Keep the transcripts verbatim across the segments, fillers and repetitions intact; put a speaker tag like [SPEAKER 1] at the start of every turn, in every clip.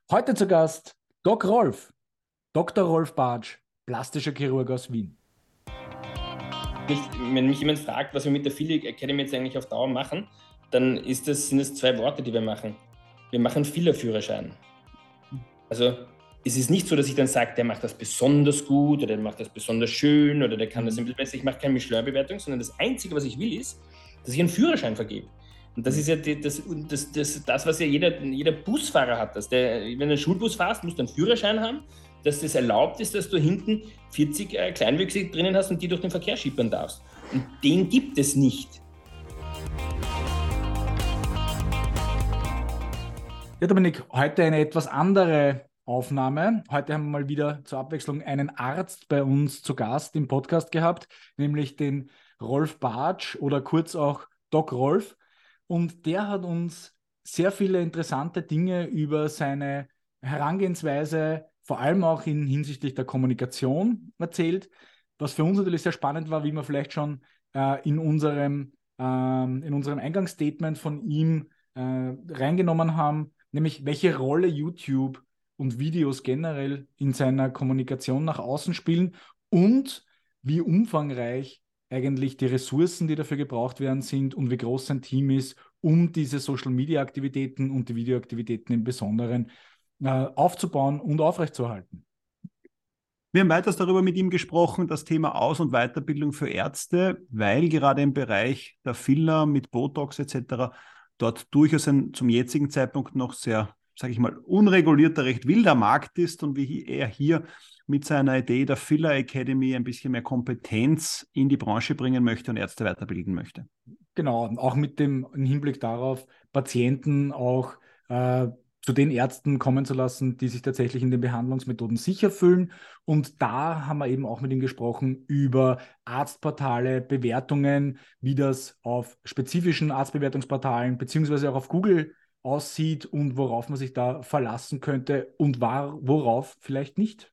[SPEAKER 1] Heute zu Gast Doc Rolf, Doktor Rolf Bartsch, plastischer Chirurg aus Wien.
[SPEAKER 2] Mich, wenn mich jemand fragt, was wir mit der Fili Academy jetzt eigentlich auf Dauer machen, dann ist das, sind es zwei Worte, die wir machen. Wir machen Filler-Führerschein. Also es ist nicht so, dass ich dann sage, der macht das besonders gut oder der macht das besonders schön oder der kann das ein bisschen besser. Ich mache keine Michelin-Bewertung, sondern das Einzige, was ich will, ist, dass ich einen Führerschein vergebe. Und das ist ja die, das, das, das, das, was ja jeder, jeder Busfahrer hat. Dass der, wenn du einen Schulbus fährst, musst du einen Führerschein haben, dass das erlaubt ist, dass du hinten vierzig äh, Kleinwüchsige drinnen hast und die durch den Verkehr schippern darfst. Und den gibt es nicht.
[SPEAKER 1] Ja, Dominik, heute eine etwas andere Aufnahme. Heute haben wir mal wieder zur Abwechslung einen Arzt bei uns zu Gast im Podcast gehabt, nämlich den Rolf Bartsch oder kurz auch Doc Rolf. Und der hat uns sehr viele interessante Dinge über seine Herangehensweise, vor allem auch in hinsichtlich der Kommunikation erzählt. Was für uns natürlich sehr spannend war, wie wir vielleicht schon äh, in unserem, ähm, in unserem Eingangsstatement von ihm äh, reingenommen haben, nämlich welche Rolle YouTube und Videos generell in seiner Kommunikation nach außen spielen und wie umfangreich eigentlich die Ressourcen, die dafür gebraucht werden, sind und wie groß sein Team ist, um diese Social-Media-Aktivitäten und die Videoaktivitäten im Besonderen äh, aufzubauen und aufrechtzuerhalten.
[SPEAKER 3] Wir haben weiters darüber mit ihm gesprochen, das Thema Aus- und Weiterbildung für Ärzte, weil gerade im Bereich der Filler mit Botox et cetera dort durchaus ein zum jetzigen Zeitpunkt noch sehr, sage ich mal, unregulierter, recht wilder Markt ist und wie er hier mit seiner Idee der Filler Academy ein bisschen mehr Kompetenz in die Branche bringen möchte und Ärzte weiterbilden möchte.
[SPEAKER 1] Genau, auch mit dem Hinblick darauf, Patienten auch äh, zu den Ärzten kommen zu lassen, die sich tatsächlich in den Behandlungsmethoden sicher fühlen. Und da haben wir eben auch mit ihm gesprochen über Arztportale, Bewertungen, wie das auf spezifischen Arztbewertungsportalen beziehungsweise auch auf Google aussieht und worauf man sich da verlassen könnte und war, worauf vielleicht nicht.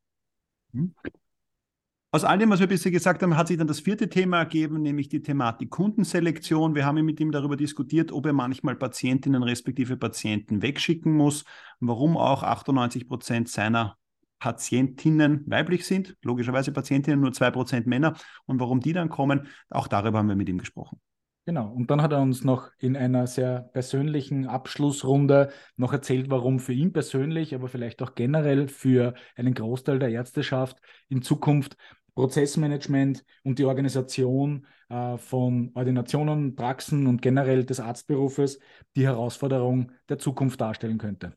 [SPEAKER 3] Aus all dem, was wir bisher gesagt haben, hat sich dann das vierte Thema ergeben, nämlich die Thematik Kundenselektion. Wir haben mit ihm darüber diskutiert, ob er manchmal Patientinnen respektive Patienten wegschicken muss, warum auch achtundneunzig Prozent seiner Patientinnen weiblich sind, logischerweise Patientinnen nur zwei Prozent Männer, und warum die dann kommen. Auch darüber haben wir mit ihm gesprochen.
[SPEAKER 1] Genau, und dann hat er uns noch in einer sehr persönlichen Abschlussrunde noch erzählt, warum für ihn persönlich, aber vielleicht auch generell für einen Großteil der Ärzteschaft in Zukunft Prozessmanagement und die Organisation äh, von Ordinationen, Praxen und generell des Arztberufes die Herausforderung der Zukunft darstellen könnte.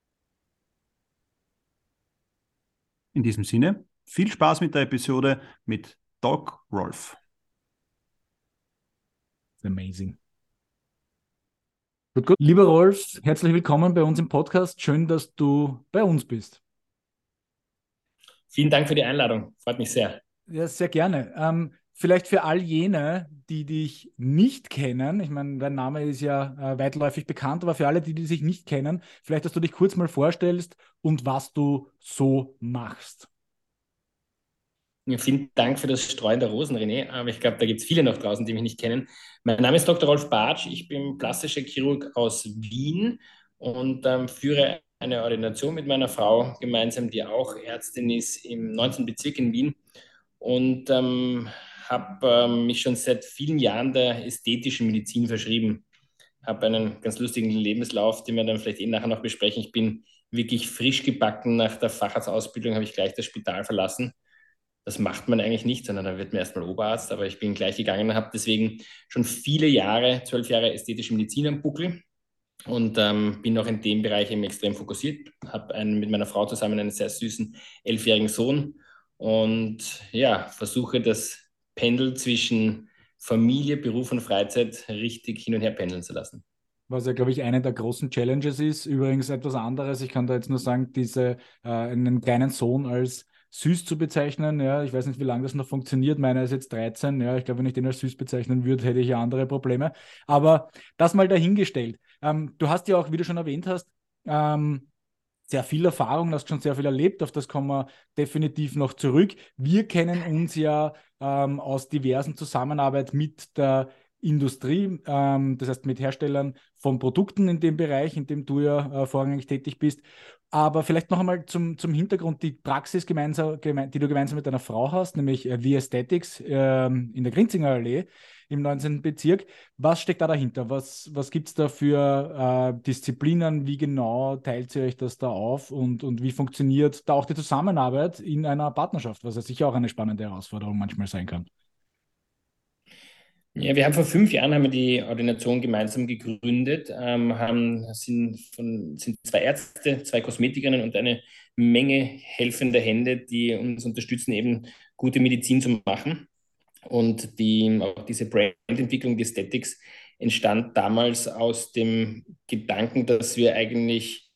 [SPEAKER 3] In diesem Sinne, viel Spaß mit der Episode mit Doc Rolf.
[SPEAKER 1] Amazing. Gut, gut. Lieber Rolf, herzlich willkommen bei uns im Podcast. Schön, dass du bei uns bist.
[SPEAKER 2] Vielen Dank für die Einladung. Freut mich sehr.
[SPEAKER 1] Ja, sehr gerne. Ähm, vielleicht für all jene, die dich nicht kennen, ich meine, dein Name ist ja äh, weitläufig bekannt, aber für alle, die, die sich nicht kennen, vielleicht, dass du dich kurz mal vorstellst und was du so machst.
[SPEAKER 2] Ja, vielen Dank für das Streuen der Rosen, René. Aber ich glaube, da gibt es viele noch draußen, die mich nicht kennen. Mein Name ist Doktor Rolf Bartsch. Ich bin plastischer Chirurg aus Wien und ähm, führe eine Ordination mit meiner Frau gemeinsam, die auch Ärztin ist im neunzehnten Bezirk in Wien. Und ähm, habe ähm, mich schon seit vielen Jahren der ästhetischen Medizin verschrieben. Habe einen ganz lustigen Lebenslauf, den wir dann vielleicht eh nachher noch besprechen. Ich bin wirklich frisch gebacken. Nach der Facharztausbildung habe ich gleich das Spital verlassen. Das macht man eigentlich nicht, sondern dann wird man erstmal Oberarzt. Aber ich bin gleich gegangen und habe deswegen schon viele Jahre, zwölf Jahre ästhetische Medizin am Buckel und ähm, bin auch in dem Bereich eben extrem fokussiert. Habe einen, mit meiner Frau zusammen einen sehr süßen elfjährigen Sohn und ja, versuche das Pendel zwischen Familie, Beruf und Freizeit richtig hin und her pendeln zu lassen.
[SPEAKER 1] Was ja, glaube ich, eine der großen Challenges ist. Übrigens etwas anderes. Ich kann da jetzt nur sagen, diese, äh, einen kleinen Sohn als süß zu bezeichnen. Ja, ich weiß nicht, wie lange das noch funktioniert. Meiner ist jetzt dreizehn. Ja, ich glaube, wenn ich den als süß bezeichnen würde, hätte ich ja andere Probleme. Aber das mal dahingestellt. Ähm, du hast ja auch, wie du schon erwähnt hast, ähm, sehr viel Erfahrung, hast schon sehr viel erlebt, auf das kommen wir definitiv noch zurück. Wir kennen uns ja ähm, aus diversen Zusammenarbeit mit der Industrie, ähm, das heißt mit Herstellern von Produkten in dem Bereich, in dem du ja äh, vorrangig tätig bist. Aber vielleicht noch einmal zum, zum Hintergrund die Praxis, gemeinsam, geme die du gemeinsam mit deiner Frau hast, nämlich äh, V-Aesthetics ähm, in der Grinzinger Allee im neunzehnten Bezirk. Was steckt da dahinter? Was, was gibt es da für äh, Disziplinen? Wie genau teilt ihr euch das da auf? Und, und wie funktioniert da auch die Zusammenarbeit in einer Partnerschaft, was ja sicher auch eine spannende Herausforderung manchmal sein kann?
[SPEAKER 2] Ja, wir haben vor fünf Jahren haben wir die Ordination gemeinsam gegründet, ähm, haben, sind, von, sind zwei Ärzte, zwei Kosmetikerinnen und eine Menge helfender Hände, die uns unterstützen, eben gute Medizin zu machen. Und die, auch diese Brandentwicklung, die Aesthetics, entstand damals aus dem Gedanken, dass wir eigentlich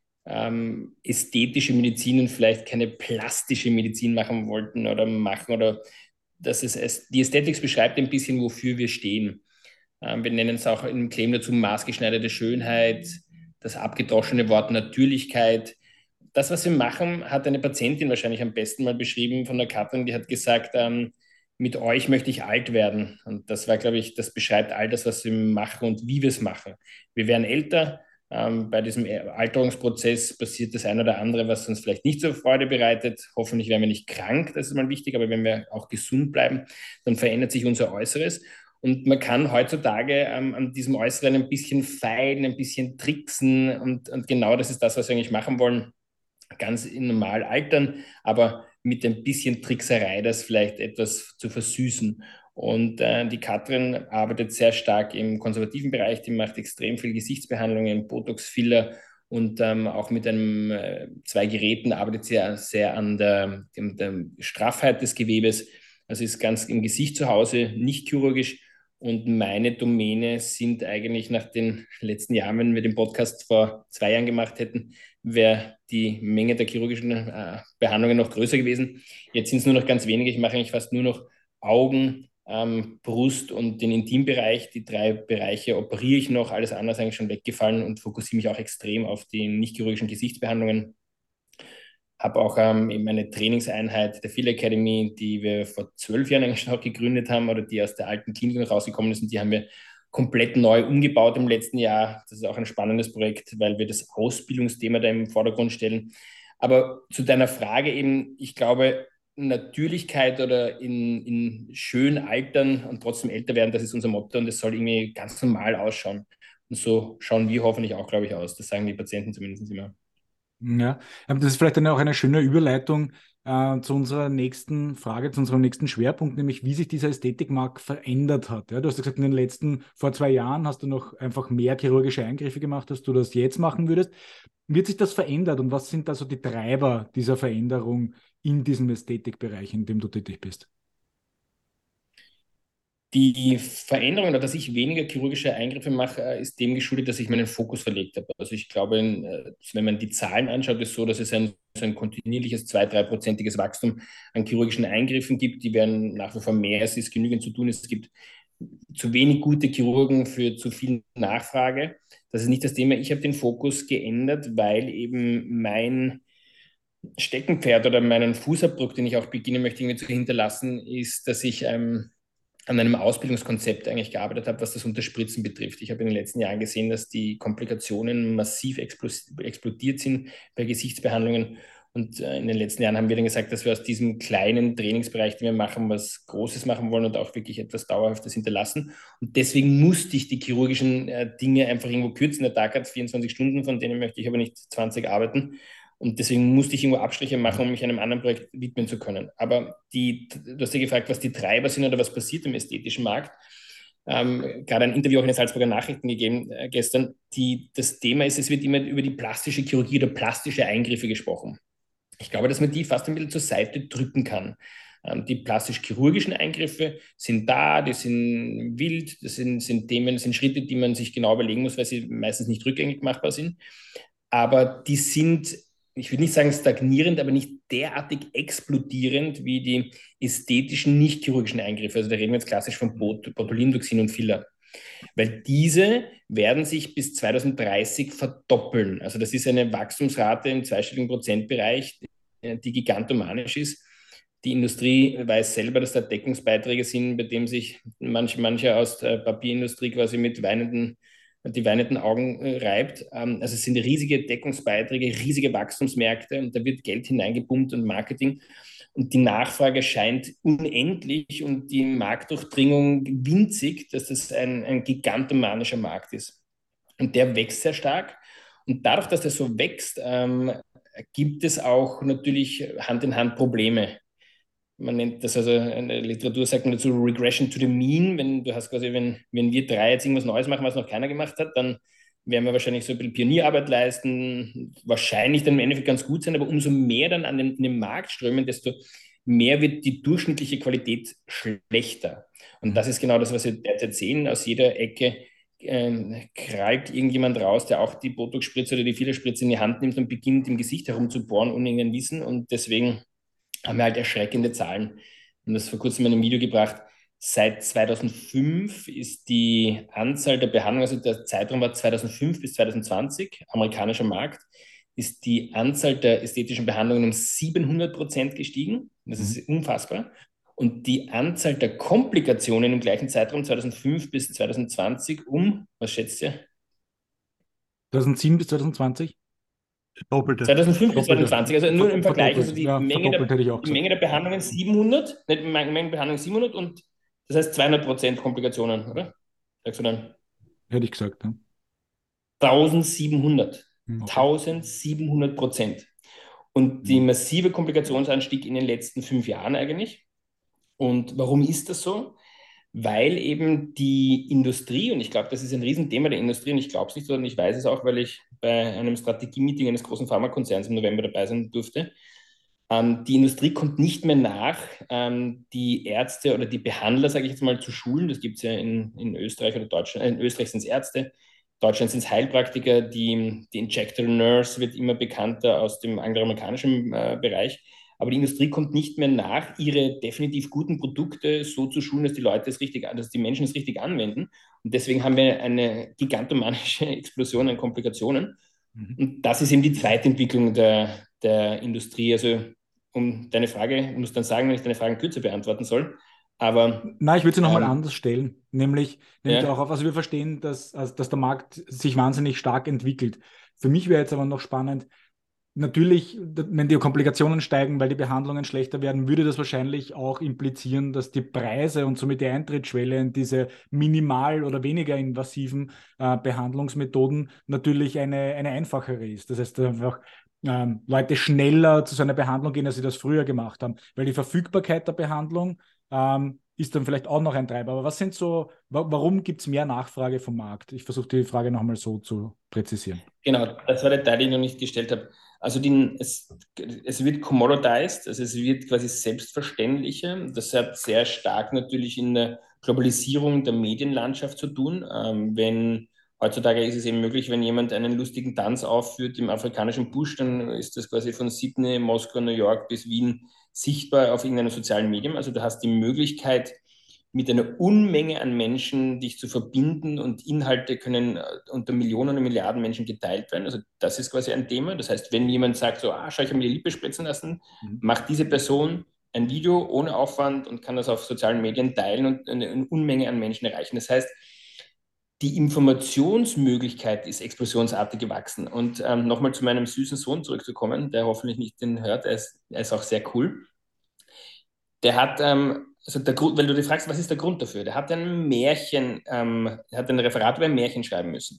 [SPEAKER 2] ähm, ästhetische Medizin und vielleicht keine plastische Medizin machen wollten oder machen oder dass es, es die Aesthetics beschreibt ein bisschen, wofür wir stehen. Ähm, wir nennen es auch im Claim dazu maßgeschneiderte Schönheit, das abgedroschene Wort Natürlichkeit. Das, was wir machen, hat eine Patientin wahrscheinlich am besten mal beschrieben von der Katrin, die hat gesagt, ähm, mit euch möchte ich alt werden. Und das war, glaube ich, das beschreibt all das, was wir machen und wie wir es machen. Wir werden älter. Ähm, bei diesem Alterungsprozess passiert das eine oder andere, was uns vielleicht nicht so Freude bereitet. Hoffentlich werden wir nicht krank, das ist mal wichtig, aber wenn wir auch gesund bleiben, dann verändert sich unser Äußeres. Und man kann heutzutage ähm, an diesem Äußeren ein bisschen feilen, ein bisschen tricksen. Und, und genau das ist das, was wir eigentlich machen wollen. Ganz normal altern, aber mit ein bisschen Trickserei, das vielleicht etwas zu versüßen. Und äh, die Katrin arbeitet sehr stark im konservativen Bereich, die macht extrem viel Gesichtsbehandlungen, Botox, Filler und ähm, auch mit einem, äh, zwei Geräten arbeitet sie sehr, sehr an der, der, der Straffheit des Gewebes. Also ist ganz im Gesicht zu Hause, nicht chirurgisch. Und meine Domäne sind eigentlich nach den letzten Jahren, wenn wir den Podcast vor zwei Jahren gemacht hätten, wäre die Menge der chirurgischen äh, Behandlungen noch größer gewesen. Jetzt sind es nur noch ganz wenige. Ich mache eigentlich fast nur noch Augen, ähm, Brust und den Intimbereich. Die drei Bereiche operiere ich noch. Alles andere ist eigentlich schon weggefallen und fokussiere mich auch extrem auf die nicht-chirurgischen Gesichtsbehandlungen. Habe auch ähm, eben eine Trainingseinheit der Phil Academy, die wir vor zwölf Jahren eigentlich schon auch gegründet haben oder die aus der alten Klinik noch rausgekommen ist. Und die haben wir komplett neu umgebaut im letzten Jahr. Das ist auch ein spannendes Projekt, weil wir das Ausbildungsthema da im Vordergrund stellen. Aber zu deiner Frage eben, ich glaube, Natürlichkeit oder in, in schön altern und trotzdem älter werden, das ist unser Motto und das soll irgendwie ganz normal ausschauen. Und so schauen wir hoffentlich auch, glaube ich, aus. Das sagen die Patienten zumindest immer.
[SPEAKER 1] Ja, aber das ist vielleicht dann auch eine schöne Überleitung äh, zu unserer nächsten Frage, zu unserem nächsten Schwerpunkt, nämlich wie sich dieser Ästhetikmarkt verändert hat. Ja, du hast ja gesagt, in den letzten, vor zwei Jahren hast du noch einfach mehr chirurgische Eingriffe gemacht, als du das jetzt machen würdest. Wird sich das verändert und was sind da so die Treiber dieser Veränderung in diesem Ästhetikbereich, in dem du tätig bist?
[SPEAKER 2] Die Veränderung, oder dass ich weniger chirurgische Eingriffe mache, äh, ist dem geschuldet, dass ich meinen Fokus verlegt habe. Also ich glaube, äh, wenn man die Zahlen anschaut, ist es so, dass es ein, so ein kontinuierliches zwei-, drei-prozentiges Wachstum an chirurgischen Eingriffen gibt. Die werden nach wie vor mehr, es ist genügend zu tun. Es gibt zu wenig gute Chirurgen für zu viel Nachfrage. Das ist nicht das Thema. Ich habe den Fokus geändert, weil eben mein Steckenpferd oder meinen Fußabdruck, den ich auch beginnen möchte, irgendwie zu hinterlassen, ist, dass ich ähm, an einem Ausbildungskonzept eigentlich gearbeitet habe, was das Unterspritzen betrifft. Ich habe in den letzten Jahren gesehen, dass die Komplikationen massiv explodiert sind bei Gesichtsbehandlungen. Und äh, in den letzten Jahren haben wir dann gesagt, dass wir aus diesem kleinen Trainingsbereich, den wir machen, was Großes machen wollen und auch wirklich etwas Dauerhaftes hinterlassen. Und deswegen musste ich die chirurgischen äh, Dinge einfach irgendwo kürzen. Der Tag hat vierundzwanzig Stunden, von denen möchte ich aber nicht zwanzig arbeiten. Und deswegen musste ich irgendwo Abstriche machen, um mich einem anderen Projekt widmen zu können. Aber die, du hast ja gefragt, was die Treiber sind oder was passiert im ästhetischen Markt. Ähm, gerade ein Interview auch in den Salzburger Nachrichten gegeben äh, gestern. Die, das Thema ist, es wird immer über die plastische Chirurgie oder plastische Eingriffe gesprochen. Ich glaube, dass man die fast ein bisschen zur Seite drücken kann. Ähm, die plastisch-chirurgischen Eingriffe sind da, die sind wild, das sind, sind Themen, das sind Schritte, die man sich genau überlegen muss, weil sie meistens nicht rückgängig machbar sind. Aber die sind, ich würde nicht sagen stagnierend, aber nicht derartig explodierend wie die ästhetischen, nicht chirurgischen Eingriffe. Also da reden wir jetzt klassisch von Bot Botulinumtoxin und Filler. Weil diese werden sich bis zwanzig dreißig verdoppeln. Also das ist eine Wachstumsrate im zweistelligen Prozentbereich, die gigantomanisch ist. Die Industrie weiß selber, dass da Deckungsbeiträge sind, bei dem sich manche, manche aus der Papierindustrie quasi mit weinenden die weinenden Augen äh, reibt. Ähm, also es sind riesige Deckungsbeiträge, riesige Wachstumsmärkte und da wird Geld hineingepumpt und Marketing. Und die Nachfrage scheint unendlich und die Marktdurchdringung winzig, dass das ein, ein gigantomanischer Markt ist. Und der wächst sehr stark. Und dadurch, dass der so wächst, ähm, gibt es auch natürlich Hand in Hand Probleme. Man nennt das also, in der Literatur sagt man dazu Regression to the Mean. Wenn du hast quasi, wenn, wenn wir drei jetzt irgendwas Neues machen, was noch keiner gemacht hat, dann werden wir wahrscheinlich so ein bisschen Pionierarbeit leisten, wahrscheinlich dann im Endeffekt ganz gut sein, aber umso mehr dann an den, in den Markt strömen, desto mehr wird die durchschnittliche Qualität schlechter. Und das ist genau das, was wir derzeit sehen. Aus jeder Ecke äh, krallt irgendjemand raus, der auch die Botox-Spritze oder die Filler-Spritze in die Hand nimmt und beginnt im Gesicht herumzubohren, ohne irgendein Wissen. Und deswegen haben wir halt erschreckende Zahlen. Und das vor kurzem in einem Video gebracht. Seit zweitausendfünf ist die Anzahl der Behandlungen, also der Zeitraum war zweitausendfünf bis zweitausendzwanzig, amerikanischer Markt, ist die Anzahl der ästhetischen Behandlungen um siebenhundert Prozent gestiegen. Das ist unfassbar. Und die Anzahl der Komplikationen im gleichen Zeitraum zweitausendfünf bis zweitausendzwanzig um, was schätzt ihr?
[SPEAKER 1] zweitausendsieben bis zweitausendzwanzig?
[SPEAKER 3] Doppelte.
[SPEAKER 2] zweitausendfünf bis
[SPEAKER 1] Doppelte.
[SPEAKER 2] zweitausendzwanzig, also nur im Vergleich, also die,
[SPEAKER 1] Ja,
[SPEAKER 2] Menge, der,
[SPEAKER 1] hätte ich auch
[SPEAKER 2] die Menge der Behandlungen siebenhundert, nicht die Menge der Behandlungen siebenhundert und das heißt zweihundert Prozent Komplikationen, oder? Sagst du dann?
[SPEAKER 1] Hätte ich gesagt, ja.
[SPEAKER 2] eintausendsiebenhundert.
[SPEAKER 1] Okay.
[SPEAKER 2] eintausendsiebenhundert Prozent. Und die massive Komplikationsanstieg in den letzten fünf Jahren eigentlich. Und warum ist das so? Weil eben die Industrie, und ich glaube, das ist ein Riesenthema der Industrie, und ich glaube es nicht, sondern ich weiß es auch, weil ich bei einem Strategie-Meeting eines großen Pharmakonzerns im November dabei sein durfte. Ähm, die Industrie kommt nicht mehr nach, ähm, die Ärzte oder die Behandler, sage ich jetzt mal, zu schulen. Das gibt es ja in, in Österreich oder Deutschland. In Österreich sind es Ärzte, in Deutschland sind es Heilpraktiker, die, die Injector Nurse wird immer bekannter aus dem angloamerikanischen äh, Bereich. Aber die Industrie kommt nicht mehr nach, ihre definitiv guten Produkte so zu schulen, dass die Leute es richtig, dass die Menschen es richtig anwenden. Und deswegen haben wir eine gigantomanische Explosion an Komplikationen. Mhm. Und das ist eben die zweite Entwicklung der, der Industrie. Also um deine Frage, ich muss dann sagen, wenn ich deine Fragen kürzer beantworten soll. Aber,
[SPEAKER 1] Nein, ich würde sie nochmal
[SPEAKER 2] ähm,
[SPEAKER 1] anders stellen. Nämlich, nämlich
[SPEAKER 2] ja.
[SPEAKER 1] auch auf, also wir verstehen, dass, also dass der Markt sich wahnsinnig stark entwickelt. Für mich wäre jetzt aber noch spannend, natürlich, wenn die Komplikationen steigen, weil die Behandlungen schlechter werden, würde das wahrscheinlich auch implizieren, dass die Preise und somit die Eintrittsschwelle in diese minimal oder weniger invasiven äh, Behandlungsmethoden natürlich eine, eine einfachere ist. Das heißt, einfach ähm, Leute schneller zu so einer Behandlung gehen, als sie das früher gemacht haben, weil die Verfügbarkeit der Behandlung ähm, ist dann vielleicht auch noch ein Treiber. Aber was sind so, wa warum gibt es mehr Nachfrage vom Markt? Ich versuche die Frage nochmal so zu präzisieren.
[SPEAKER 2] Genau, das war der Teil, den ich noch nicht gestellt habe. Also die, es, es wird commoditized, also es wird quasi selbstverständlicher. Das hat sehr stark natürlich in der Globalisierung der Medienlandschaft zu tun. Ähm, wenn heutzutage ist es eben möglich, wenn jemand einen lustigen Tanz aufführt im afrikanischen Busch, dann ist das quasi von Sydney, Moskau, New York bis Wien sichtbar auf irgendeinem sozialen Medium. Also du hast die Möglichkeit, mit einer Unmenge an Menschen dich zu verbinden und Inhalte können unter Millionen und Milliarden Menschen geteilt werden. Also das ist quasi ein Thema. Das heißt, wenn jemand sagt, so, ah, schau, ich habe mir die Lippe spritzen lassen, mhm. macht diese Person ein Video ohne Aufwand und kann das auf sozialen Medien teilen und eine Unmenge an Menschen erreichen. Das heißt, die Informationsmöglichkeit ist explosionsartig gewachsen. Und ähm, nochmal zu meinem süßen Sohn zurückzukommen, der hoffentlich nicht den hört, er ist, er ist auch sehr cool. Der hat, ähm, also der Grund, weil du dich fragst, was ist der Grund dafür? Der hat ein Märchen, ähm, der hat ein Referat über ein Märchen schreiben müssen.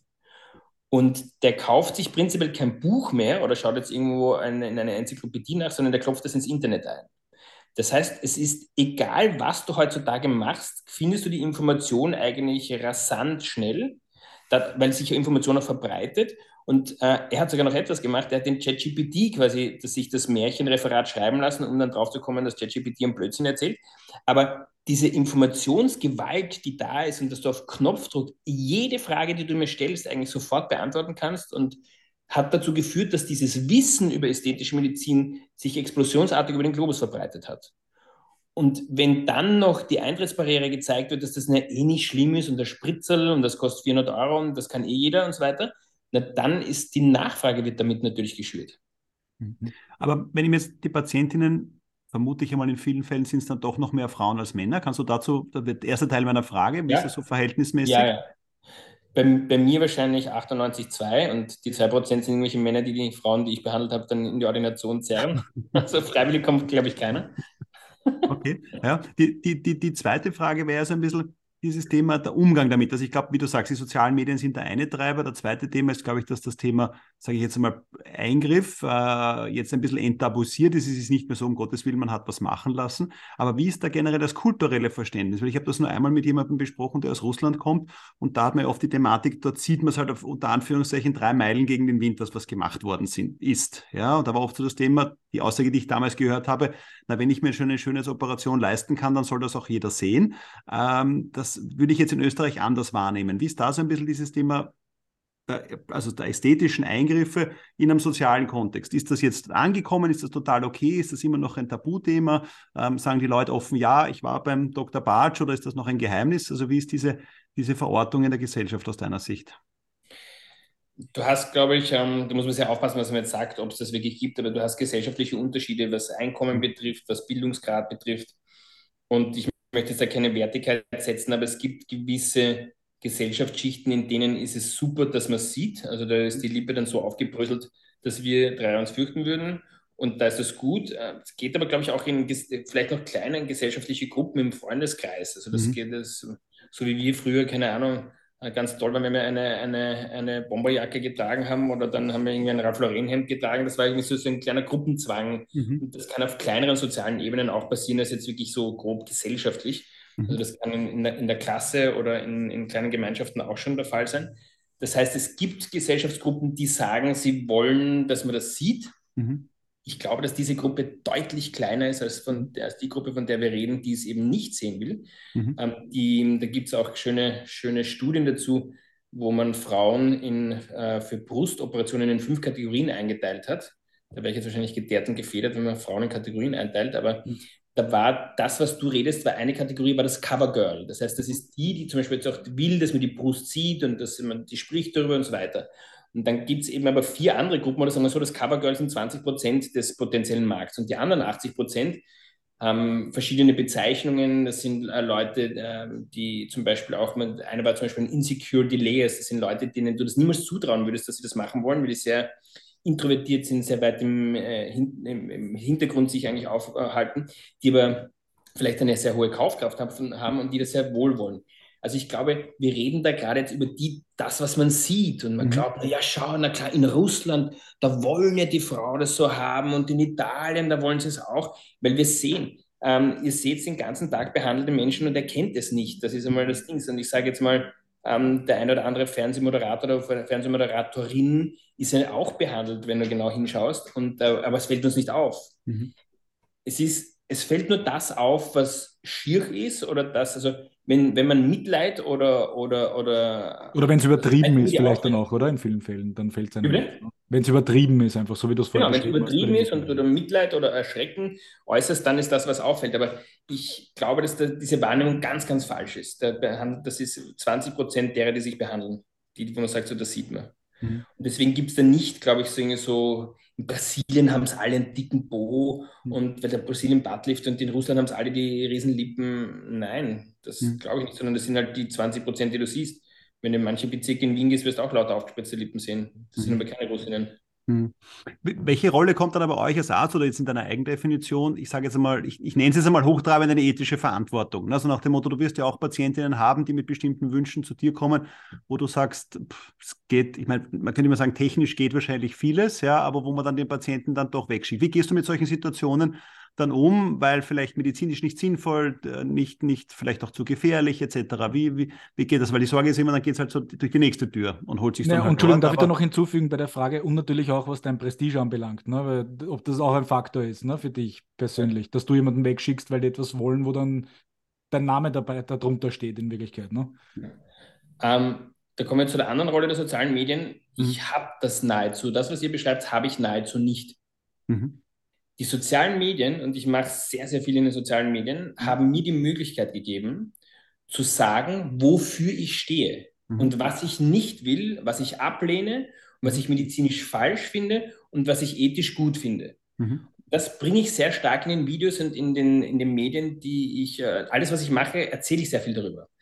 [SPEAKER 2] Und der kauft sich prinzipiell kein Buch mehr oder schaut jetzt irgendwo eine, in eine Enzyklopädie nach, sondern der klopft das ins Internet ein. Das heißt, es ist egal, was du heutzutage machst, findest du die Information eigentlich rasant schnell, da, weil sich Information auch verbreitet. Und äh, er hat sogar noch etwas gemacht, er hat den ChatGPT quasi, dass sich das Märchenreferat schreiben lassen, um dann drauf zu kommen, dass ChatGPT einen Blödsinn erzählt. Aber diese Informationsgewalt, die da ist und dass du auf Knopfdruck jede Frage, die du mir stellst, eigentlich sofort beantworten kannst und hat dazu geführt, dass dieses Wissen über ästhetische Medizin sich explosionsartig über den Globus verbreitet hat. Und wenn dann noch die Eintrittsbarriere gezeigt wird, dass das eh nicht schlimm ist und der Spritzel und das kostet vierhundert Euro und das kann eh jeder und so weiter, na, dann ist die Nachfrage wird damit natürlich geschürt.
[SPEAKER 3] Aber wenn ich mir jetzt die Patientinnen, vermute ich einmal in vielen Fällen sind es dann doch noch mehr Frauen als Männer. Kannst du dazu, das wird der erste Teil meiner Frage, wie
[SPEAKER 2] ja.
[SPEAKER 3] ist das so verhältnismäßig?
[SPEAKER 2] Ja, ja. Bei, bei mir wahrscheinlich achtundneunzig Komma zwei und die zwei Prozent sind irgendwelche Männer, die die Frauen, die ich behandelt habe, dann in die Ordination zerren. Also freiwillig kommt, glaube ich, keiner.
[SPEAKER 3] Okay, ja. Die, die, die, die zweite Frage wäre so ein bisschen dieses Thema der Umgang damit. Also ich glaube, wie du sagst, die sozialen Medien sind der eine Treiber. Der zweite Thema ist, glaube ich, dass das Thema, sage ich jetzt einmal, Eingriff äh, jetzt ein bisschen enttabuisiert ist. Es ist nicht mehr so, um Gottes Willen, man hat was machen lassen. Aber wie ist da generell das kulturelle Verständnis? Weil ich habe das nur einmal mit jemandem besprochen, der aus Russland kommt, und da hat man ja oft die Thematik, dort sieht man es halt auf, unter Anführungszeichen drei Meilen gegen den Wind, dass was gemacht worden sind, ist. Ja, und da war oft so das Thema, die Aussage, die ich damals gehört habe, na, wenn ich mir schon eine schöne Operation leisten kann, dann soll das auch jeder sehen. Ähm, das würde ich jetzt in Österreich anders wahrnehmen. Wie ist da so ein bisschen dieses Thema, der, also der ästhetischen Eingriffe in einem sozialen Kontext? Ist das jetzt angekommen? Ist das total okay? Ist das immer noch ein Tabuthema? Ähm, sagen die Leute offen, ja, ich war beim Doktor Bartsch, oder ist das noch ein Geheimnis? Also wie ist diese, diese Verortung in der Gesellschaft aus deiner Sicht?
[SPEAKER 2] Du hast, glaube ich, ähm, da muss man sehr aufpassen, was man jetzt sagt, ob es das wirklich gibt, aber du hast gesellschaftliche Unterschiede, was Einkommen betrifft, was Bildungsgrad betrifft. Und ich möchte jetzt da keine Wertigkeit setzen, aber es gibt gewisse Gesellschaftsschichten, in denen ist es super, dass man es sieht. Also da ist die Lippe dann so aufgebröselt, dass wir drei uns fürchten würden. Und da ist es gut. Es geht aber, glaube ich, auch in vielleicht noch kleinen gesellschaftliche Gruppen im Freundeskreis. Also das
[SPEAKER 3] Mhm.
[SPEAKER 2] geht das, so wie wir früher, keine Ahnung, ganz toll, wenn wir eine, eine, eine Bomberjacke getragen haben oder dann haben wir irgendwie ein Ralph Lauren Hemd getragen. Das war irgendwie so, so ein kleiner Gruppenzwang.
[SPEAKER 3] Mhm.
[SPEAKER 2] Und das kann auf kleineren sozialen Ebenen auch passieren, als jetzt wirklich so grob gesellschaftlich.
[SPEAKER 3] Mhm.
[SPEAKER 2] Also das kann in, in, der, in der Klasse oder in, in kleinen Gemeinschaften auch schon der Fall sein. Das heißt, es gibt Gesellschaftsgruppen, die sagen, sie wollen, dass man das sieht.
[SPEAKER 3] Mhm.
[SPEAKER 2] Ich glaube, dass diese Gruppe deutlich kleiner ist als, von, als die Gruppe, von der wir reden, die es eben nicht sehen will.
[SPEAKER 3] Mhm.
[SPEAKER 2] Ähm, die, da gibt es auch schöne, schöne Studien dazu, wo man Frauen in, äh, für Brustoperationen in fünf Kategorien eingeteilt hat. Da wäre ich jetzt wahrscheinlich geteert und gefedert, wenn man Frauen in Kategorien einteilt, aber
[SPEAKER 3] Mhm.
[SPEAKER 2] da war das, was du redest, war eine Kategorie, war das Covergirl. Das heißt, das ist die, die zum Beispiel jetzt auch will, dass man die Brust sieht und dass man die spricht darüber und so weiter. Und dann gibt es eben aber vier andere Gruppen, oder sagen wir so, das Covergirl sind zwanzig Prozent des potenziellen Markts und die anderen achtzig Prozent haben verschiedene Bezeichnungen. Das sind äh, Leute, äh, die zum Beispiel auch, eine war zum Beispiel ein Insecure Delayers, das sind Leute, denen du das niemals zutrauen würdest, dass sie das machen wollen, weil die sehr introvertiert sind, sehr weit im, äh, hin, im, im Hintergrund sich eigentlich aufhalten, die aber vielleicht eine sehr hohe Kaufkraft haben und die das sehr wohl wollen. Also ich glaube, wir reden da gerade jetzt über die, das, was man sieht. Und man
[SPEAKER 3] Mhm.
[SPEAKER 2] glaubt, na ja, schau, na klar, in Russland, da wollen ja die Frauen das so haben und in Italien, da wollen sie es auch, weil wir sehen, ähm, ihr seht den ganzen Tag behandelte Menschen und erkennt es nicht. Das ist einmal das Ding. Und ich sage jetzt mal, ähm, der ein oder andere Fernsehmoderator oder Fernsehmoderatorin ist ja auch behandelt, wenn du genau hinschaust. Und, äh, aber es fällt uns nicht auf.
[SPEAKER 3] Mhm.
[SPEAKER 2] Es ist, es fällt nur das auf, was schier ist oder das, also wenn, wenn man Mitleid oder oder oder
[SPEAKER 1] Oder wenn es übertrieben ist, vielleicht dann
[SPEAKER 2] auftritt,
[SPEAKER 1] auch, oder? In vielen Fällen, dann fällt es
[SPEAKER 2] wie
[SPEAKER 1] einem
[SPEAKER 2] bitte?
[SPEAKER 1] auf. Ne? Wenn es übertrieben ist, einfach so wie du es vorhin
[SPEAKER 2] Genau, wenn es
[SPEAKER 1] beschrieben hast bei
[SPEAKER 2] übertrieben
[SPEAKER 1] den
[SPEAKER 2] ist und oder
[SPEAKER 1] Mitleid.
[SPEAKER 2] Mitleid oder Erschrecken äußerst, dann ist das, was auffällt. Aber ich glaube, dass da diese Wahrnehmung ganz, ganz falsch ist. Da behand- Das ist zwanzig Prozent derer, die sich behandeln, die, wo man sagt, so, das sieht man.
[SPEAKER 3] Mhm.
[SPEAKER 2] Und deswegen gibt es da nicht, glaube ich, so, irgendwie so, in Brasilien haben es alle einen dicken Po und weil der Brasilien Buttlift und in Russland haben es alle die Riesenlippen. Nein, das
[SPEAKER 3] Mhm.
[SPEAKER 2] glaube ich nicht, sondern das sind halt die zwanzig Prozent, die du siehst. Wenn du in manche Bezirke in Wien gehst, wirst du auch lauter aufgespritzte Lippen sehen. Das sind
[SPEAKER 3] Mhm.
[SPEAKER 2] aber keine Russinnen.
[SPEAKER 3] Hm. Welche Rolle kommt dann aber euch als Arzt oder jetzt in deiner Eigendefinition? Ich sage jetzt einmal, ich, ich nenne es jetzt einmal hochtrabend eine ethische Verantwortung. Also nach dem Motto, du wirst ja auch Patientinnen haben, die mit bestimmten Wünschen zu dir kommen, wo du sagst, pff, es geht, ich meine, man könnte immer sagen, technisch geht wahrscheinlich vieles, ja, aber wo man dann den Patienten dann doch wegschickt. Wie gehst du mit solchen Situationen dann um, weil vielleicht medizinisch nicht sinnvoll, nicht, nicht vielleicht auch zu gefährlich et cetera. Wie, wie, wie geht das? Weil die Sorge ist immer, dann geht es halt so durch die nächste Tür und holt sich
[SPEAKER 1] Ja,
[SPEAKER 3] dann halt
[SPEAKER 1] Entschuldigung,
[SPEAKER 3] dort.
[SPEAKER 1] darf ich da noch hinzufügen bei der Frage und natürlich auch, was dein Prestige anbelangt, ne? Weil, ob das auch ein Faktor ist, ne, für dich persönlich, dass du jemanden wegschickst, weil die etwas wollen, wo dann dein Name dabei darunter steht in Wirklichkeit. Ne?
[SPEAKER 2] Ähm, da kommen wir zu der anderen Rolle der sozialen Medien. Ich
[SPEAKER 3] Mhm.
[SPEAKER 2] habe das nahezu. Das, was ihr beschreibt, habe ich nahezu nicht.
[SPEAKER 3] Mhm.
[SPEAKER 2] Die sozialen Medien, und ich mache sehr, sehr viel in den sozialen Medien, haben mir die Möglichkeit gegeben, zu sagen, wofür ich stehe
[SPEAKER 3] Mhm.
[SPEAKER 2] und was ich nicht will, was ich ablehne, was ich medizinisch falsch finde und was ich ethisch gut finde.
[SPEAKER 3] Mhm.
[SPEAKER 2] Das bringe ich sehr stark in den Videos und in den, in den Medien, die ich, äh, alles, was ich mache, erzähle ich sehr viel darüber.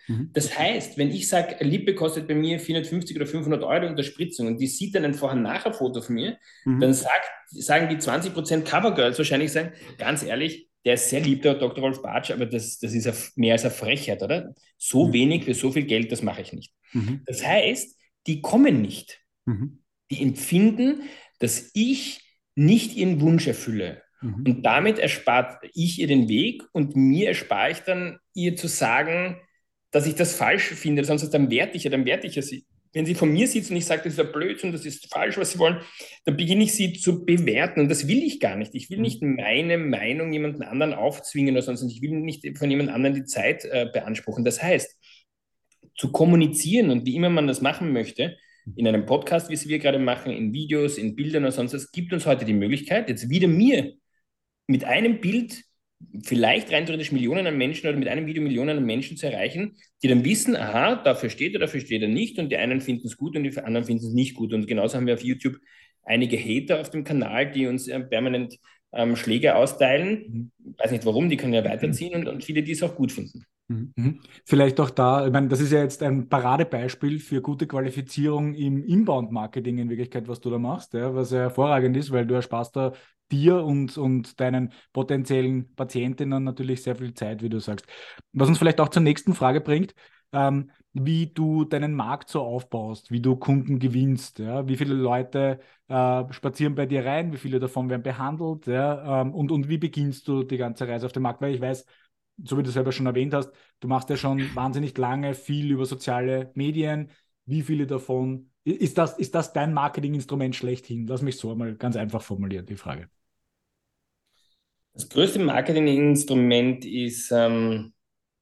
[SPEAKER 3] Mhm.
[SPEAKER 2] Das heißt, wenn ich sage, eine Lippe kostet bei mir vierhundertfünfzig oder fünfhundert Euro in der Spritzung und die sieht dann ein Vorher-Nachher-Foto von mir,
[SPEAKER 3] Mhm.
[SPEAKER 2] dann sagt, sagen die zwanzig Prozent Covergirls wahrscheinlich sagen, ganz ehrlich, der ist sehr lieb, der Doktor Rolf Bartsch, aber das, das ist eine, mehr als eine Frechheit, oder? So
[SPEAKER 3] Mhm.
[SPEAKER 2] wenig für so viel Geld, das mache ich nicht.
[SPEAKER 3] Mhm.
[SPEAKER 2] Das heißt, die kommen nicht.
[SPEAKER 3] Mhm.
[SPEAKER 2] Die empfinden, dass ich nicht ihren Wunsch erfülle.
[SPEAKER 3] Mhm.
[SPEAKER 2] Und damit erspart ich ihr den Weg und mir erspare ich dann, ihr zu sagen, dass ich das falsch finde, sonst dann werte ich ja, dann werte ich ja sie. Wenn sie von mir sitzt und ich sage, das ist ein Blödsinn, das ist falsch, was sie wollen, dann beginne ich sie zu bewerten und das will ich gar nicht. Ich will nicht meine Meinung jemandem anderen aufzwingen oder sonst, ich will nicht von jemand anderem die Zeit äh, beanspruchen. Das heißt, zu kommunizieren und wie immer man das machen möchte, in einem Podcast, wie es wir gerade machen, in Videos, in Bildern oder sonst was, gibt uns heute die Möglichkeit, jetzt wieder mir mit einem Bild vielleicht rein theoretisch Millionen an Menschen oder mit einem Video Millionen an Menschen zu erreichen, die dann wissen, aha, dafür steht er, dafür steht er nicht und die einen finden es gut und die anderen finden es nicht gut. Und genauso haben wir auf YouTube einige Hater auf dem Kanal, die uns äh, permanent ähm, Schläge austeilen. Ich weiß nicht warum, die können ja weiterziehen und, und viele, die es auch gut finden.
[SPEAKER 1] Mhm. Vielleicht auch da, ich meine, das ist ja jetzt ein Paradebeispiel für gute Qualifizierung im Inbound-Marketing in Wirklichkeit, was du da machst, ja, was ja hervorragend ist, weil du ersparst da dir und, und deinen potenziellen Patientinnen natürlich sehr viel Zeit, wie du sagst. Was uns vielleicht auch zur nächsten Frage bringt, ähm, wie du deinen Markt so aufbaust, wie du Kunden gewinnst, ja, wie viele Leute äh, spazieren bei dir rein, wie viele davon werden behandelt, ja, ähm, und, und wie beginnst du die ganze Reise auf dem Markt, weil ich weiß, so wie du selber schon erwähnt hast, du machst ja schon wahnsinnig lange viel über soziale Medien. Wie viele davon, ist das, ist das dein Marketinginstrument schlechthin? Lass mich so einmal ganz einfach formulieren, die Frage.
[SPEAKER 2] Das größte Marketinginstrument ist ähm,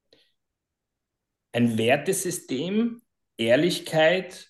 [SPEAKER 2] ein Wertesystem, Ehrlichkeit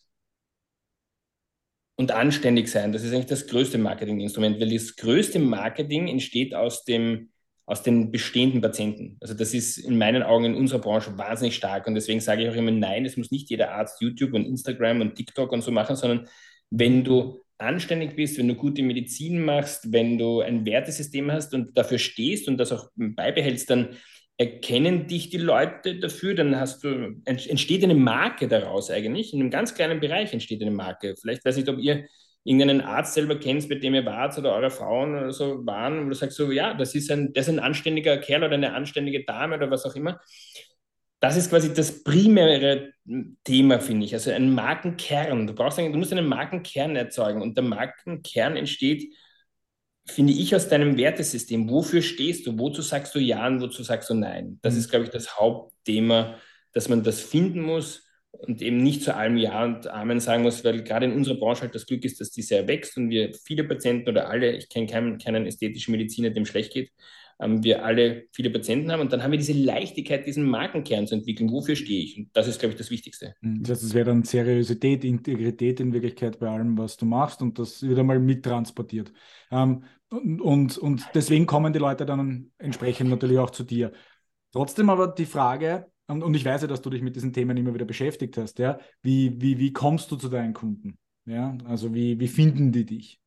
[SPEAKER 2] und anständig sein. Das ist eigentlich das größte Marketinginstrument, weil das größte Marketing entsteht aus dem, aus den bestehenden Patienten. Also das ist in meinen Augen in unserer Branche wahnsinnig stark und deswegen sage ich auch immer, nein, es muss nicht jeder Arzt YouTube und Instagram und TikTok und so machen, sondern wenn du anständig bist, wenn du gute Medizin machst, wenn du ein Wertesystem hast und dafür stehst und das auch beibehältst, dann erkennen dich die Leute dafür, dann hast du, entsteht eine Marke daraus eigentlich. In einem ganz kleinen Bereich entsteht eine Marke. Vielleicht weiß ich nicht, ob ihr irgendeinen Arzt selber kennt, mit dem ihr wart oder eure Frauen oder so waren, wo du sagst so, ja, das ist ein, das ist ein anständiger Kerl oder eine anständige Dame oder was auch immer. Das ist quasi das primäre Thema, finde ich. Also ein Markenkern. Du brauchst einen, du musst einen Markenkern erzeugen und der Markenkern entsteht, finde ich, aus deinem Wertesystem. Wofür stehst du? Wozu sagst du ja und wozu sagst du nein? Das
[SPEAKER 1] Mhm.
[SPEAKER 2] ist, glaube ich, das Hauptthema, dass man das finden muss und eben nicht zu allem Ja und Amen sagen muss, weil gerade in unserer Branche halt das Glück ist, dass die sehr wächst und wir viele Patienten oder alle, ich kenne keinen, keinen ästhetischen Mediziner, dem schlecht geht, ähm, wir alle viele Patienten haben und dann haben wir diese Leichtigkeit, diesen Markenkern zu entwickeln. Wofür stehe ich? Und das ist, glaube ich, das Wichtigste.
[SPEAKER 1] Das heißt, es wäre dann Seriosität, Integrität in Wirklichkeit bei allem, was du machst und das wird einmal mittransportiert. Ähm, und, und, und deswegen kommen die Leute dann entsprechend natürlich auch zu dir. Trotzdem aber die Frage, und, und ich weiß ja, dass du dich mit diesen Themen immer wieder beschäftigt hast, ja, wie, wie, wie kommst du zu deinen Kunden? Ja, also wie, wie finden die dich?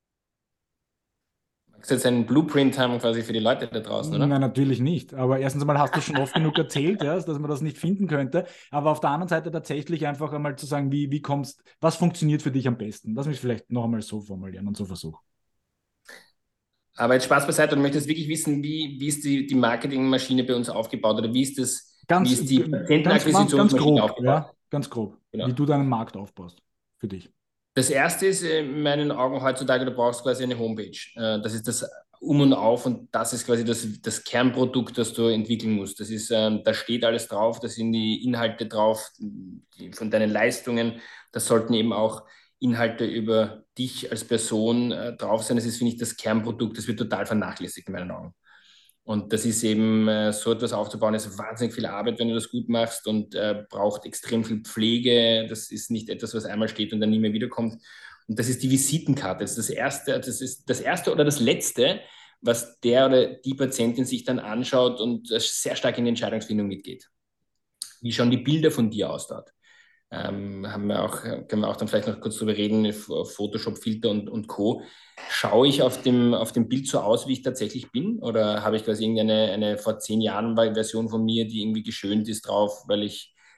[SPEAKER 2] Magst du jetzt einen Blueprint haben quasi für die Leute da draußen, oder?
[SPEAKER 1] Nein, natürlich nicht. Aber erstens einmal hast du schon oft genug erzählt, ja, dass man das nicht finden könnte. Aber auf der anderen Seite tatsächlich einfach einmal zu sagen, wie, wie kommst, was funktioniert für dich am besten? Lass mich vielleicht noch einmal so formulieren und so versuchen.
[SPEAKER 2] Aber jetzt Spaß beiseite, du möchtest wirklich wissen, wie, wie ist die, die Marketingmaschine bei uns aufgebaut oder wie ist das, wie
[SPEAKER 1] Ganz,
[SPEAKER 2] ist die
[SPEAKER 1] ganz, ganz
[SPEAKER 2] Patientenakquisitionsmaschine
[SPEAKER 1] grob,
[SPEAKER 2] aufgebaut?
[SPEAKER 1] ja, ganz grob,
[SPEAKER 2] Genau.
[SPEAKER 1] wie du deinen Markt aufbaust für dich.
[SPEAKER 2] Das erste ist in meinen Augen heutzutage, du brauchst quasi eine Homepage. Äh, Das ist das Um und Auf und das ist quasi das, das Kernprodukt, das du entwickeln musst. Das ist, ähm, da steht alles drauf, da sind die Inhalte drauf, die, von deinen Leistungen. Das sollten eben auch Inhalte über dich als Person äh, drauf sein. Das ist, finde ich, das Kernprodukt. Das wird total vernachlässigt in meinen Augen. Und das ist eben, äh, so etwas aufzubauen, ist wahnsinnig viel Arbeit, wenn du das gut machst und äh, braucht extrem viel Pflege. Das ist nicht etwas, was einmal steht und dann nie mehr wiederkommt. Und das ist die Visitenkarte. Das ist das erste, das ist das erste oder das letzte, was der oder die Patientin sich dann anschaut und äh, sehr stark in die Entscheidungsfindung mitgeht. Wie schauen die Bilder von dir aus dort? Ähm, haben wir auch, können wir auch dann vielleicht noch kurz drüber reden, Photoshop, Filter und, und Co. Schaue ich auf dem, auf dem Bild so aus, wie ich tatsächlich bin? Oder habe ich quasi irgendeine eine vor zehn Jahren Version von mir, die irgendwie geschönt ist drauf, weil ich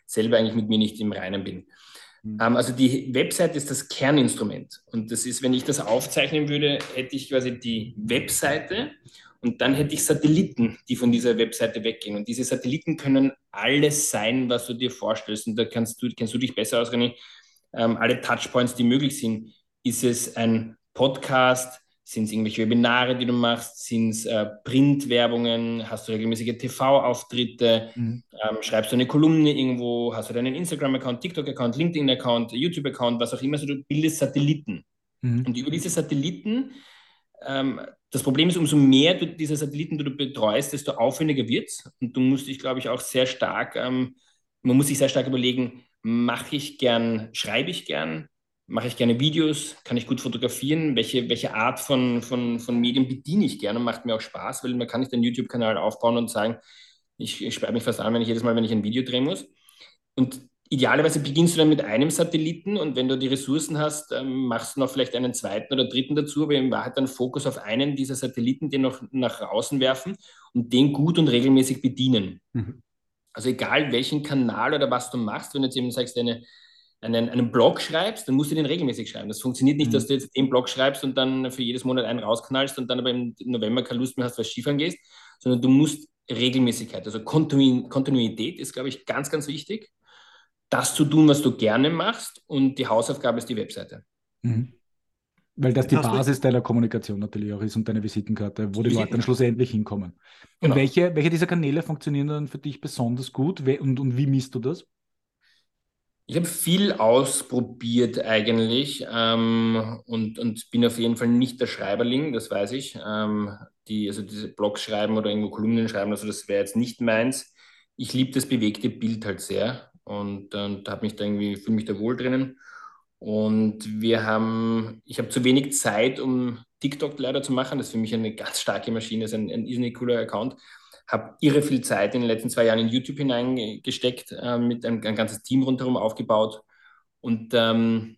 [SPEAKER 2] selber eigentlich mit mir nicht im Reinen bin. Mhm. Ähm, also die Website ist das Kerninstrument. Und das ist, wenn ich das aufzeichnen würde, hätte ich quasi die Webseite und dann hätte ich Satelliten, die von dieser Webseite weggehen. Und diese Satelliten können alles sein, was du dir vorstellst. Und da kannst du, kennst du dich besser aus, René. Ähm, alle Touchpoints, die möglich sind. Ist es ein Podcast? Sind es irgendwelche Webinare, die du machst? Sind es äh, Printwerbungen? Hast du regelmäßige T V-Auftritte? Mhm. Ähm, schreibst du eine Kolumne irgendwo? Hast du deinen Instagram-Account, TikTok-Account, LinkedIn-Account, YouTube-Account, was auch immer? Also du bildest Satelliten. Mhm. Und über diese Satelliten, ähm, das Problem ist, umso mehr du diese Satelliten du betreust, desto aufwendiger wird es. Und du musst dich, glaube ich, auch sehr stark, ähm, man muss sich sehr stark überlegen, mache ich gern, schreibe ich gern, mache ich gerne Videos, kann ich gut fotografieren, welche, welche Art von, von, von Medien bediene ich gerne und macht mir auch Spaß, weil man kann nicht einen YouTube-Kanal aufbauen und sagen, ich, ich sperre mich fast an, wenn ich jedes Mal, wenn ich ein Video drehen muss. Und idealerweise beginnst du dann mit einem Satelliten und wenn du die Ressourcen hast, ähm, machst du noch vielleicht einen zweiten oder dritten dazu, aber in Wahrheit dann Fokus auf einen dieser Satelliten, den noch nach außen werfen und den gut und regelmäßig bedienen. Mhm. Also egal welchen Kanal oder was du machst, wenn du jetzt eben sagst, eine, einen, einen Blog schreibst, dann musst du den regelmäßig schreiben. Das funktioniert nicht, mhm. dass du jetzt den Blog schreibst und dann für jedes Monat einen rausknallst und dann aber im November keine Lust mehr hast, weil Skifahren gehst, sondern du musst Regelmäßigkeit, also Kontinu- Kontinuität ist, glaube ich, ganz, ganz wichtig. Das zu tun, was du gerne machst und die Hausaufgabe ist die Webseite.
[SPEAKER 1] Mhm. Weil das die Basis deiner Kommunikation natürlich auch ist und deine Visitenkarte, wo die Leute dann schlussendlich hinkommen. Und genau. welche, welche dieser Kanäle funktionieren dann für dich besonders gut und, und wie misst du das?
[SPEAKER 2] Ich habe viel ausprobiert eigentlich ähm, und, und bin auf jeden Fall nicht der Schreiberling, das weiß ich. Ähm, die, also diese Blogs schreiben oder irgendwo Kolumnen schreiben, also das wäre jetzt nicht meins. Ich liebe das bewegte Bild halt sehr und, und habe mich da irgendwie, fühle mich da wohl drinnen. Und wir haben, ich habe zu wenig Zeit, um TikTok leider zu machen. Das ist für mich eine ganz starke Maschine, ist ein, ein irrsinnig cooler Account. Habe irre viel Zeit in den letzten zwei Jahren in YouTube hineingesteckt, äh, mit einem ein ganzes Team rundherum aufgebaut. Und ähm,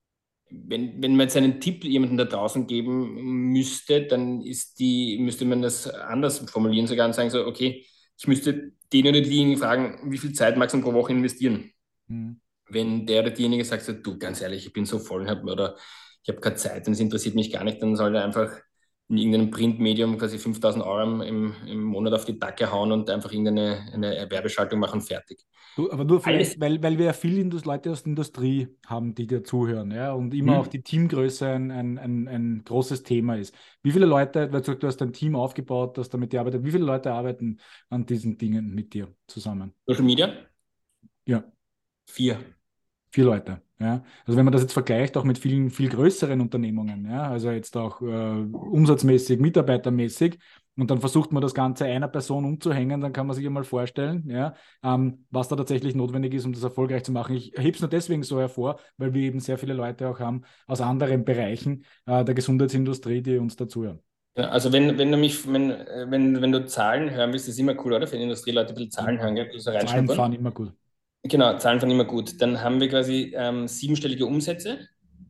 [SPEAKER 2] wenn, wenn man jetzt einen Tipp jemandem da draußen geben müsste, dann ist die, müsste man das anders formulieren, sogar und sagen so, okay, ich müsste den oder diejenigen fragen, wie viel Zeit magst du pro Woche investieren? Mhm. Wenn der oder diejenige sagt, so, du, ganz ehrlich, ich bin so voll hab, oder ich habe keine Zeit und es interessiert mich gar nicht, dann soll er einfach in irgendeinem Printmedium quasi fünftausend Euro im, im Monat auf die Backe hauen und einfach irgendeine eine Werbeschaltung machen, fertig.
[SPEAKER 1] Du, aber nur vielleicht, weil, weil wir ja viele Indus Leute aus der Industrie haben, die dir zuhören, ja, und immer hm. auch die Teamgröße ein, ein, ein, ein großes Thema ist. Wie viele Leute, weil du, du hast ein Team aufgebaut, das damit dir arbeitet, wie viele Leute arbeiten an diesen Dingen mit dir zusammen?
[SPEAKER 2] Social Media?
[SPEAKER 1] Ja.
[SPEAKER 2] Vier.
[SPEAKER 1] Vier Leute, ja. Also wenn man das jetzt vergleicht, auch mit vielen, viel größeren Unternehmungen, ja, also jetzt auch äh, umsatzmäßig, mitarbeitermäßig, und dann versucht man das Ganze einer Person umzuhängen, dann kann man sich ja mal vorstellen, ja, ähm, was da tatsächlich notwendig ist, um das erfolgreich zu machen. Ich hebe es nur deswegen so hervor, weil wir eben sehr viele Leute auch haben aus anderen Bereichen äh, der Gesundheitsindustrie, die uns dazuhören.
[SPEAKER 2] Ja, also wenn, wenn du mich, wenn, wenn, wenn du Zahlen hören willst, ist immer cool, oder? Für die Industrieleute ein bisschen Zahlen hören, gell? So
[SPEAKER 1] Zahlen fahren immer gut.
[SPEAKER 2] Genau, Zahlen fahren immer gut. Dann haben wir quasi ähm, siebenstellige Umsätze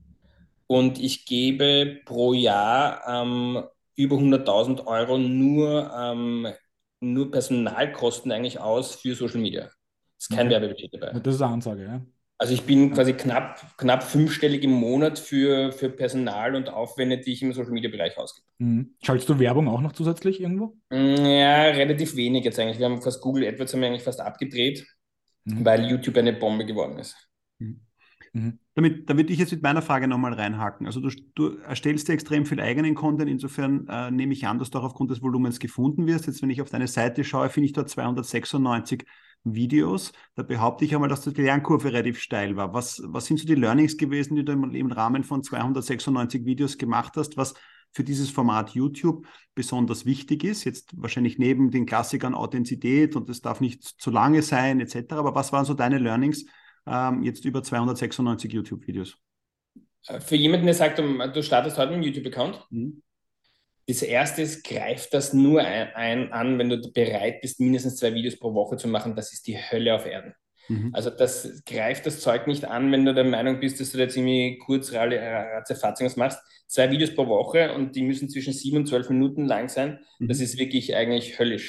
[SPEAKER 2] und ich gebe pro Jahr ähm, über hunderttausend Euro nur, ähm, nur Personalkosten eigentlich aus für Social Media. Das ist kein okay. Werbebudget dabei.
[SPEAKER 1] Das ist eine Ansage, ja.
[SPEAKER 2] Also ich bin quasi knapp, knapp fünfstellig im Monat für, für Personal und Aufwände, die ich im Social-Media-Bereich ausgebe.
[SPEAKER 1] Mhm. Schaltest du Werbung auch noch zusätzlich irgendwo?
[SPEAKER 2] Ja, relativ wenig jetzt eigentlich. Wir haben fast Google AdWords haben wir eigentlich fast abgedreht, mhm. weil YouTube eine Bombe geworden ist.
[SPEAKER 3] Mhm. Mhm. Damit, damit ich jetzt mit meiner Frage nochmal reinhaken. Also du, du erstellst ja extrem viel eigenen Content, insofern äh, nehme ich an, dass du auch aufgrund des Volumens gefunden wirst. Jetzt, wenn ich auf deine Seite schaue, finde ich dort zweihundertsechsundneunzig Videos. Da behaupte ich einmal, dass die Lernkurve relativ steil war. Was, was sind so die Learnings gewesen, die du im, im Rahmen von zweihundertsechsundneunzig Videos gemacht hast, was für dieses Format YouTube besonders wichtig ist? Jetzt wahrscheinlich neben den Klassikern Authentizität und es darf nicht zu lange sein et cetera. Aber was waren so deine Learnings ähm, jetzt über zweihundertsechsundneunzig YouTube-Videos?
[SPEAKER 2] Für jemanden, der sagt, du startest heute einen YouTube-Account, mhm. das erste ist, greif das nur ein, ein, an, wenn du bereit bist, mindestens zwei Videos pro Woche zu machen. Das ist die Hölle auf Erden. Mhm. Also das greift das Zeug nicht an, wenn du der Meinung bist, dass du da jetzt irgendwie kurz ratzefatz was machst. Zwei Videos pro Woche und die müssen zwischen sieben und zwölf Minuten lang sein. Mhm. Das ist wirklich eigentlich höllisch.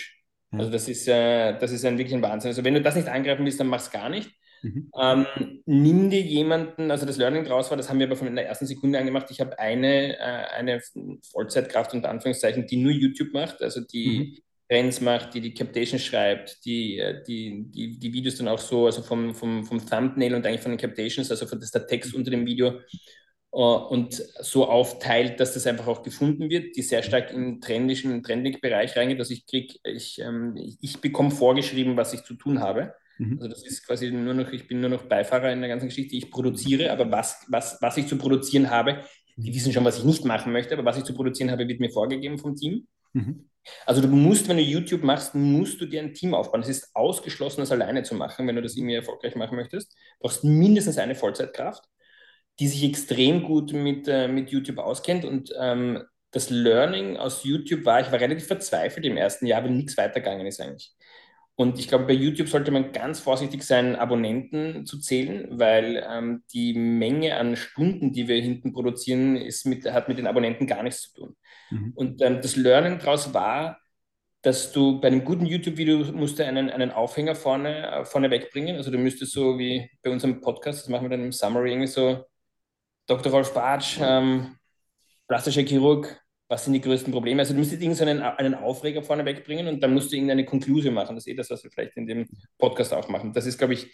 [SPEAKER 3] Ja.
[SPEAKER 2] Also das ist, äh, das ist ein wirklich ein Wahnsinn. Also wenn du das nicht angreifen willst, dann mach es gar nicht.
[SPEAKER 3] Mhm.
[SPEAKER 2] Ähm, nimm dir jemanden, also das Learning draus war, das haben wir aber von in der ersten Sekunde angemacht. Ich habe eine, äh, eine Vollzeitkraft unter Anführungszeichen, die nur YouTube macht, also die
[SPEAKER 3] Mhm.
[SPEAKER 2] Trends macht, die die Captation schreibt, die, äh, die, die, die Videos dann auch so, also vom, vom, vom Thumbnail und eigentlich von den Captations, also von, das ist der Text unter dem Video, äh, und so aufteilt, dass das einfach auch gefunden wird, die sehr stark in den trendischen Trending-Bereich reingeht. Also ich krieg, ich, ähm, ich, ich bekomme vorgeschrieben, was ich zu tun habe.
[SPEAKER 3] Mhm.
[SPEAKER 2] Also das ist quasi nur noch, ich bin nur noch Beifahrer in der ganzen Geschichte. Ich produziere, aber was, was, was ich zu produzieren habe, die wissen schon, was ich nicht machen möchte, aber was ich zu produzieren habe, wird mir vorgegeben vom Team.
[SPEAKER 3] Mhm.
[SPEAKER 2] Also du musst, wenn du YouTube machst, musst du dir ein Team aufbauen. Es ist ausgeschlossen, das alleine zu machen, wenn du das irgendwie erfolgreich machen möchtest. Du brauchst mindestens eine Vollzeitkraft, die sich extrem gut mit, äh, mit YouTube auskennt. Und ähm, das Learning aus YouTube war, ich war relativ verzweifelt im ersten Jahr, weil nichts weitergegangen ist eigentlich. Und ich glaube, bei YouTube sollte man ganz vorsichtig sein, Abonnenten zu zählen, weil ähm, die Menge an Stunden, die wir hinten produzieren, ist mit, hat mit den Abonnenten gar nichts zu tun.
[SPEAKER 3] Mhm.
[SPEAKER 2] Und ähm, das Learning daraus war, dass du bei einem guten YouTube-Video musst du einen, einen Aufhänger vorne, äh, vorne wegbringen. Also du müsstest so wie bei unserem Podcast, das machen wir dann im Summary irgendwie so, Doktor Rolf Bartsch, ähm, plastischer Chirurg, was sind die größten Probleme? Also du müsstest irgend so einen, einen Aufreger vorne wegbringen und dann musst du irgendeine Konklusion machen. Das ist eh das, was wir vielleicht in dem Podcast auch machen. Das ist, glaube ich,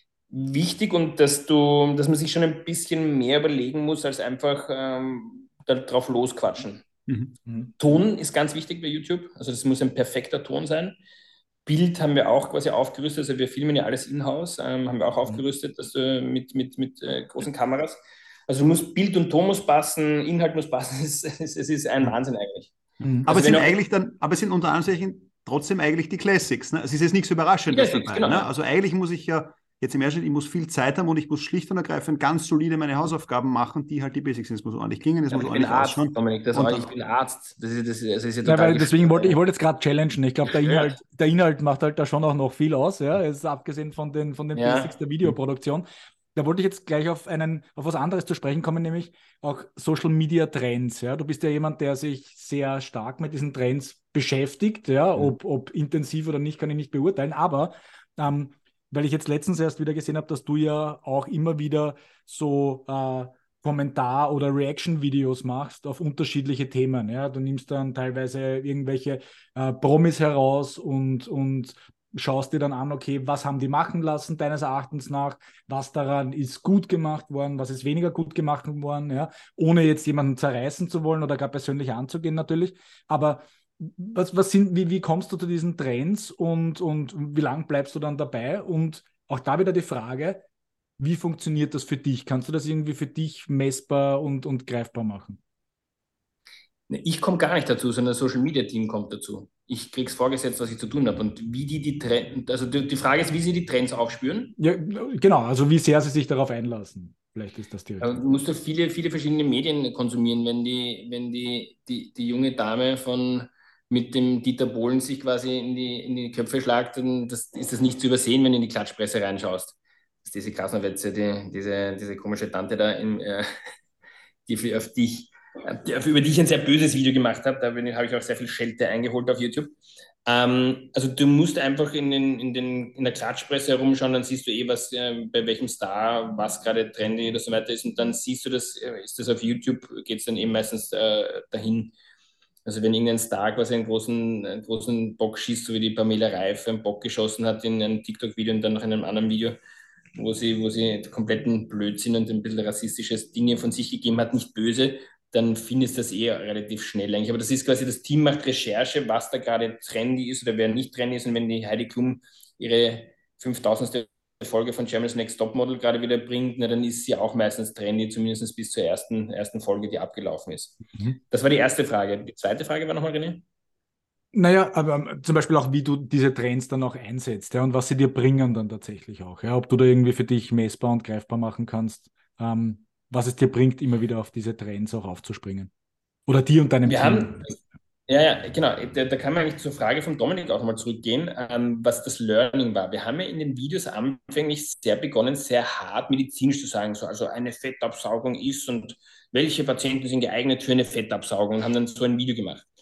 [SPEAKER 2] wichtig und dass du, dass man sich schon ein bisschen mehr überlegen muss, als einfach ähm, darauf losquatschen.
[SPEAKER 3] Mhm.
[SPEAKER 1] Mhm.
[SPEAKER 2] Ton ist ganz wichtig bei YouTube. Also das muss ein perfekter Ton sein. Bild haben wir auch quasi aufgerüstet. Also wir filmen ja alles in-house, ähm, haben wir auch
[SPEAKER 1] Mhm.
[SPEAKER 2] aufgerüstet, dass du mit, mit, mit äh, großen Kameras. Also du musst Bild und Ton muss passen, Inhalt muss passen. Es, es, es ist ein Wahnsinn eigentlich.
[SPEAKER 1] Mhm.
[SPEAKER 3] Aber
[SPEAKER 2] Also
[SPEAKER 3] es
[SPEAKER 2] wenn
[SPEAKER 3] sind
[SPEAKER 2] du auch
[SPEAKER 3] eigentlich dann, aber es sind unter Anführungszeichen trotzdem eigentlich die Classics. Ne? Es ist jetzt nichts Überraschendes
[SPEAKER 2] Classics,
[SPEAKER 3] dabei.
[SPEAKER 2] genau.
[SPEAKER 3] Ne? Also eigentlich muss ich ja jetzt im ersten Schritt, ich muss viel Zeit haben und ich muss schlicht und ergreifend ganz solide meine Hausaufgaben machen, die halt die Basics sind. Es muss ordentlich klingen, es
[SPEAKER 2] Ja,
[SPEAKER 3] muss
[SPEAKER 2] aber ich bin
[SPEAKER 3] ordentlich
[SPEAKER 2] Arzt,
[SPEAKER 3] ausschauen.
[SPEAKER 2] Dominik. Das
[SPEAKER 3] Und
[SPEAKER 2] auch,
[SPEAKER 3] dann,
[SPEAKER 2] ich bin Arzt. Das ist, das, das ist ja
[SPEAKER 1] Ja,
[SPEAKER 2] total
[SPEAKER 1] weil deswegen
[SPEAKER 2] gestört
[SPEAKER 1] wollte ich
[SPEAKER 2] eigentlich.
[SPEAKER 1] wollte jetzt gerade challengen. Ich glaube, der Inhalt,
[SPEAKER 2] Gestört.
[SPEAKER 1] der Inhalt macht halt da schon auch noch viel aus, ja. Jetzt abgesehen von den, von den Basics
[SPEAKER 2] Ja.
[SPEAKER 1] der Videoproduktion. Da wollte ich jetzt gleich auf einen, auf was anderes zu sprechen kommen, nämlich auch Social Media Trends. Ja. Du bist ja jemand, der sich sehr stark mit diesen Trends beschäftigt, ja, ob, ob intensiv oder nicht, kann ich nicht beurteilen. Aber ähm, weil ich jetzt letztens erst wieder gesehen habe, dass du ja auch immer wieder so äh, Kommentar- oder Reaction-Videos machst auf unterschiedliche Themen. Ja? Du nimmst dann teilweise irgendwelche äh, Promis heraus und, und schaust dir dann an, okay, was haben die machen lassen, deines Erachtens nach, was daran ist gut gemacht worden, was ist weniger gut gemacht worden, ja? Ohne jetzt jemanden zerreißen zu wollen oder gar persönlich anzugehen natürlich. Aber was, was sind, wie, wie kommst du zu diesen Trends und, und wie lange bleibst du dann dabei? Und auch da wieder die Frage, wie funktioniert das für dich? Kannst du das irgendwie für dich messbar und, und greifbar machen?
[SPEAKER 2] Nee, ich komme gar nicht dazu, sondern das Social Media Team kommt dazu. Ich krieg's vorgesetzt, was ich zu tun habe. Und wie die die Trends, also die, die Frage ist, wie sie die Trends aufspüren.
[SPEAKER 1] Ja, genau, also wie sehr sie sich darauf einlassen. Vielleicht ist das die
[SPEAKER 2] Da
[SPEAKER 1] richtige Frage.
[SPEAKER 2] musst du viele, viele verschiedene Medien konsumieren, wenn die, wenn die, die, die junge Dame von mit dem Dieter Bohlen sich quasi in die, in die Köpfe schlagt, dann das, ist das nicht zu übersehen, wenn du in die Klatschpresse reinschaust. Das ist diese Klassenwetze, die, diese, diese komische Tante da, in, äh, die für, auf dich, die, über die ich ein sehr böses Video gemacht habe. Da habe ich auch sehr viel Schelte eingeholt auf YouTube. Ähm, also du musst einfach in, den, in, den, in der Klatschpresse herumschauen, dann siehst du eh, was äh, bei welchem Star, was gerade trendy oder so weiter ist. Und dann siehst du das, äh, ist das auf YouTube, geht es dann eben meistens äh, dahin. Also wenn irgendein Star quasi einen großen, einen großen Bock schießt, so wie die Pamela Reif einen Bock geschossen hat in einem TikTok-Video und dann noch in einem anderen Video, wo sie, wo sie kompletten Blödsinn und ein bisschen rassistisches Dinge von sich gegeben hat, nicht böse, dann findest du das eh relativ schnell eigentlich. Aber das ist quasi, das Team macht Recherche, was da gerade trendy ist oder wer nicht trendy ist. Und wenn die Heidi Klum ihre fünftausendste Folge von Germany's Next Topmodel gerade wieder bringt, na, dann ist sie auch meistens trendy, zumindest bis zur ersten, ersten Folge, die abgelaufen ist.
[SPEAKER 1] Mhm.
[SPEAKER 2] Das war die erste Frage. Die zweite Frage war nochmal, René?
[SPEAKER 1] Naja, aber ähm, zum Beispiel auch, wie du diese Trends dann auch einsetzt, ja, und was sie dir bringen dann tatsächlich auch. Ja, ob du da irgendwie für dich messbar und greifbar machen kannst, ähm, was es dir bringt, immer wieder auf diese Trends auch aufzuspringen. Oder dir und deinem
[SPEAKER 2] Wir
[SPEAKER 1] Team.
[SPEAKER 2] haben, ja, ja, genau, da, da kann man eigentlich zur Frage von Dominik auch nochmal zurückgehen, ähm, was das Learning war. Wir haben ja in den Videos anfänglich sehr begonnen, sehr hart medizinisch zu sagen, so, also eine Fettabsaugung ist und welche Patienten sind geeignet für eine Fettabsaugung und haben dann so ein Video gemacht.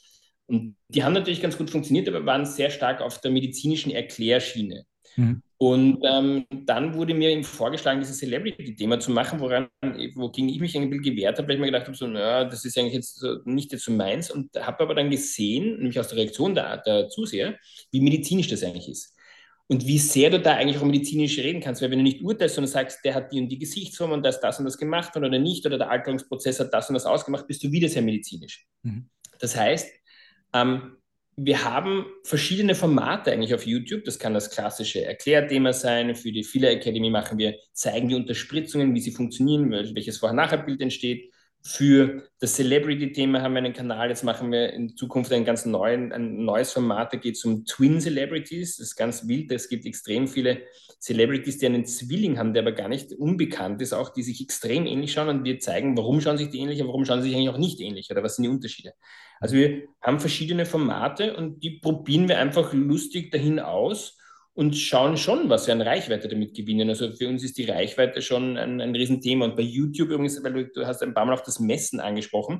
[SPEAKER 2] Und die haben natürlich ganz gut funktioniert, aber waren sehr stark auf der medizinischen Erklärschiene.
[SPEAKER 1] Mhm.
[SPEAKER 2] Und ähm, dann wurde mir eben vorgeschlagen, dieses Celebrity-Thema zu machen, woran, wogegen ich mich ein bisschen gewehrt habe, weil ich mir gedacht habe, so, naja, das ist eigentlich jetzt so, nicht jetzt so meins, und habe aber dann gesehen, nämlich aus der Reaktion der, der Zuseher, wie medizinisch das eigentlich ist. Und wie sehr du da eigentlich auch medizinisch reden kannst, weil wenn du nicht urteilst, sondern sagst, der hat die und die Gesichtsform und das, das und das gemacht oder nicht, oder der Alterungsprozess hat das und das ausgemacht, bist du wieder sehr medizinisch.
[SPEAKER 1] Mhm.
[SPEAKER 2] Das heißt, ähm, wir haben verschiedene Formate eigentlich auf YouTube. Das kann das klassische Erklärthema sein. Für die Filler Academy machen wir, zeigen die Unterspritzungen, wie sie funktionieren, welches Vorher-Nachher-Bild entsteht. Für das Celebrity-Thema haben wir einen Kanal. Jetzt machen wir in Zukunft einen ganz neuen, ein neues Format. Da geht es um Twin Celebrities. Das ist ganz wild. Es gibt extrem viele Celebrities, die einen Zwilling haben, der aber gar nicht unbekannt ist, auch die sich extrem ähnlich schauen. Und wir zeigen, warum schauen sich die ähnlich und warum schauen sie sich eigentlich auch nicht ähnlich oder was sind die Unterschiede. Also wir haben verschiedene Formate und die probieren wir einfach lustig dahin aus und schauen schon, was wir an Reichweite damit gewinnen. Also für uns ist die Reichweite schon ein, ein Riesenthema. Und bei YouTube übrigens, weil du, du hast ein paar Mal auch das Messen angesprochen,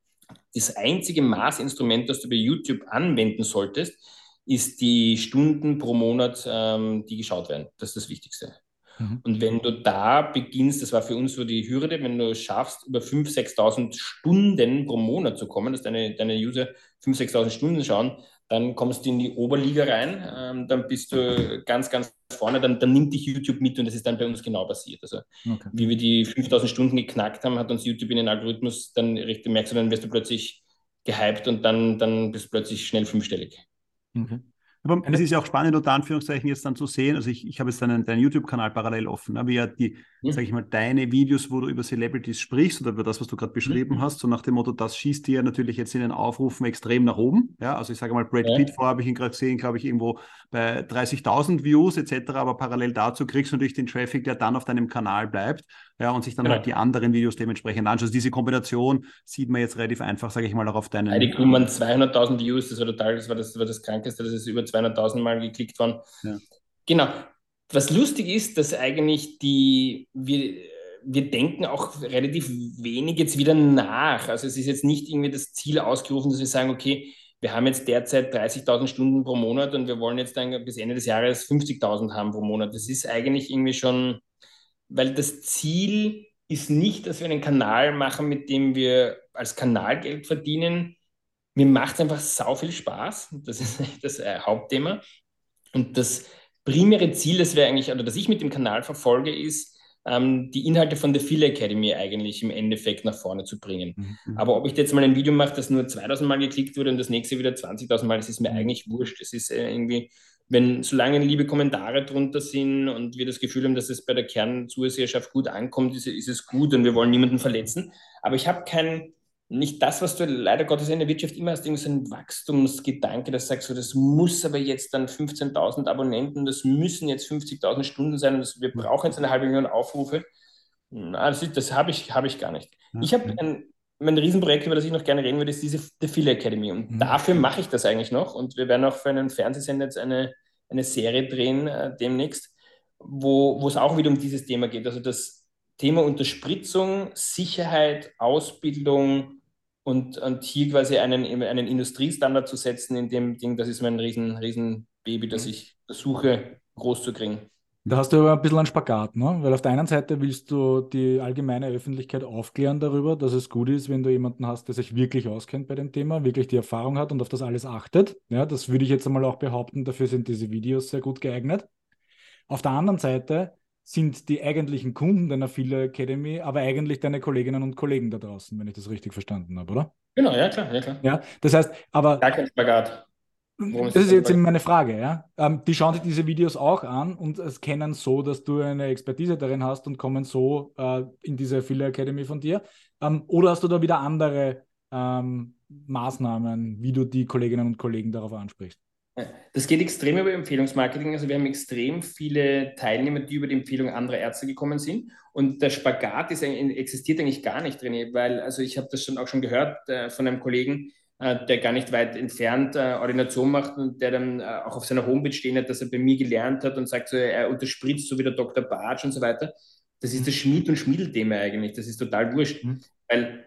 [SPEAKER 2] das einzige Maßinstrument, das du bei YouTube anwenden solltest, ist die Stunden pro Monat, ähm, die geschaut werden. Das ist das Wichtigste.
[SPEAKER 1] Mhm.
[SPEAKER 2] Und wenn du da beginnst, das war für uns so die Hürde, wenn du schaffst, über fünftausend, sechstausend Stunden pro Monat zu kommen, dass deine, deine User fünftausend, sechstausend Stunden schauen, dann kommst du in die Oberliga rein, ähm, dann bist du ganz, ganz vorne, dann, dann nimmt dich YouTube mit, und das ist dann bei uns genau passiert. Also
[SPEAKER 1] Okay.
[SPEAKER 2] wie wir die fünftausend Stunden geknackt haben, hat uns YouTube in den Algorithmus dann richtig, merkst du, dann wirst du plötzlich gehypt und dann, dann bist du plötzlich schnell fünfstellig.
[SPEAKER 1] Okay.
[SPEAKER 3] Aber es
[SPEAKER 1] Eine,
[SPEAKER 3] ist ja auch spannend, unter Anführungszeichen jetzt dann zu sehen, also ich, ich habe jetzt deinen, deinen YouTube-Kanal parallel offen, ne, wie ja die,
[SPEAKER 2] Hm?
[SPEAKER 3] sage ich mal, deine Videos, wo du über Celebrities sprichst oder über das, was du gerade beschrieben
[SPEAKER 2] Hm?
[SPEAKER 3] hast, so nach dem Motto, das schießt dir natürlich jetzt in den Aufrufen extrem nach oben. Ja, also ich sage mal, Brad
[SPEAKER 2] Ja,
[SPEAKER 3] Pitt, vorher habe ich ihn gerade gesehen, glaube ich, irgendwo bei dreißigtausend Views et cetera, aber parallel dazu kriegst du natürlich den Traffic, der dann auf deinem Kanal bleibt, ja, und sich dann
[SPEAKER 2] genau.
[SPEAKER 3] halt die anderen Videos dementsprechend anschaut. Also diese Kombination sieht man jetzt relativ einfach, sage ich mal, auch auf
[SPEAKER 2] Heidi
[SPEAKER 3] deinen...
[SPEAKER 2] Klum waren zweihunderttausend Views, das war total, das war das, war das Krankeste, das ist über zweihunderttausend Mal geklickt worden.
[SPEAKER 3] Ja.
[SPEAKER 2] Genau. Was lustig ist, dass eigentlich die, wir, wir denken auch relativ wenig jetzt wieder nach. Also es ist jetzt nicht irgendwie das Ziel ausgerufen, dass wir sagen, okay, wir haben jetzt derzeit dreißigtausend Stunden pro Monat und wir wollen jetzt dann bis Ende des Jahres fünfzigtausend haben pro Monat. Das ist eigentlich irgendwie schon, weil das Ziel ist nicht, dass wir einen Kanal machen, mit dem wir als Kanal Geld verdienen. Mir macht es einfach sau viel Spaß. Das ist das äh, Hauptthema. Und das primäre Ziel, das wir eigentlich, oder das ich mit dem Kanal verfolge, ist, ähm, die Inhalte von der Filler Academy eigentlich im Endeffekt nach vorne zu bringen.
[SPEAKER 3] Mhm.
[SPEAKER 2] Aber ob ich jetzt mal ein Video mache, das nur zweitausend Mal geklickt wurde und das nächste wieder zwanzigtausend Mal, das ist mir
[SPEAKER 1] Mhm.
[SPEAKER 2] eigentlich wurscht. Es ist äh, irgendwie, wenn, solange liebe Kommentare drunter sind und wir das Gefühl haben, dass es bei der Kernzuhörerschaft gut ankommt, ist, ist es gut und wir wollen niemanden verletzen. Aber ich habe kein, nicht das, was du leider Gottes in der Wirtschaft immer hast, irgendwie so ein Wachstumsgedanke, das sagst du, das muss aber jetzt dann fünfzehntausend Abonnenten, das müssen jetzt fünfzigtausend Stunden sein und das, wir brauchen jetzt eine halbe Million Aufrufe. Na, das, das habe ich, hab ich gar nicht.
[SPEAKER 3] Ja.
[SPEAKER 2] Ich habe ein, mein Riesenprojekt, über das ich noch gerne reden würde, ist diese The Filler Academy. Und
[SPEAKER 1] Mhm.
[SPEAKER 2] dafür mache ich das eigentlich noch. Und wir werden auch für einen Fernsehsender jetzt eine, eine Serie drehen äh, demnächst, wo, wo es auch wieder um dieses Thema geht. Also das Thema Unterspritzung, Sicherheit, Ausbildung und, und hier quasi einen, einen Industriestandard zu setzen in dem Ding, das ist mein riesen, riesen Baby, das ich versuche groß zu kriegen.
[SPEAKER 1] Da hast du aber ein bisschen einen Spagat, ne? Weil auf der einen Seite willst du die allgemeine Öffentlichkeit aufklären darüber, dass es gut ist, wenn du jemanden hast, der sich wirklich auskennt bei dem Thema, wirklich die Erfahrung hat und auf das alles achtet. Ja, das würde ich jetzt einmal auch behaupten, dafür sind diese Videos sehr gut geeignet. Auf der anderen Seite sind die eigentlichen Kunden deiner Filler Academy aber eigentlich deine Kolleginnen und Kollegen da draußen, wenn ich das richtig verstanden habe, oder?
[SPEAKER 2] Genau, ja klar, ja klar.
[SPEAKER 1] Ja, das heißt, aber
[SPEAKER 2] Gar kein Spagat. Worum ist
[SPEAKER 1] das
[SPEAKER 2] das
[SPEAKER 1] ist
[SPEAKER 2] denn?
[SPEAKER 1] jetzt eben meine Frage, ja. Ähm, die schauen sich diese Videos auch an und es kennen so, dass du eine Expertise darin hast und kommen so äh, in diese Filler Academy von dir. Ähm, oder hast du da wieder andere ähm, Maßnahmen, wie du die Kolleginnen und Kollegen darauf ansprichst?
[SPEAKER 2] Das geht extrem über Empfehlungsmarketing. Also wir haben extrem viele Teilnehmer, die über die Empfehlung anderer Ärzte gekommen sind. Und der Spagat ist, existiert eigentlich gar nicht drin, weil also ich habe das schon auch schon gehört äh, von einem Kollegen, äh, der gar nicht weit entfernt äh, Ordination macht und der dann äh, auch auf seiner Homepage stehen hat, dass er bei mir gelernt hat und sagt, so, er unterspritzt so wie der Doktor Bartsch und so weiter. Das ist das Schmied- und Schmiedelthema eigentlich. Das ist total wurscht.
[SPEAKER 1] Mhm.
[SPEAKER 2] Weil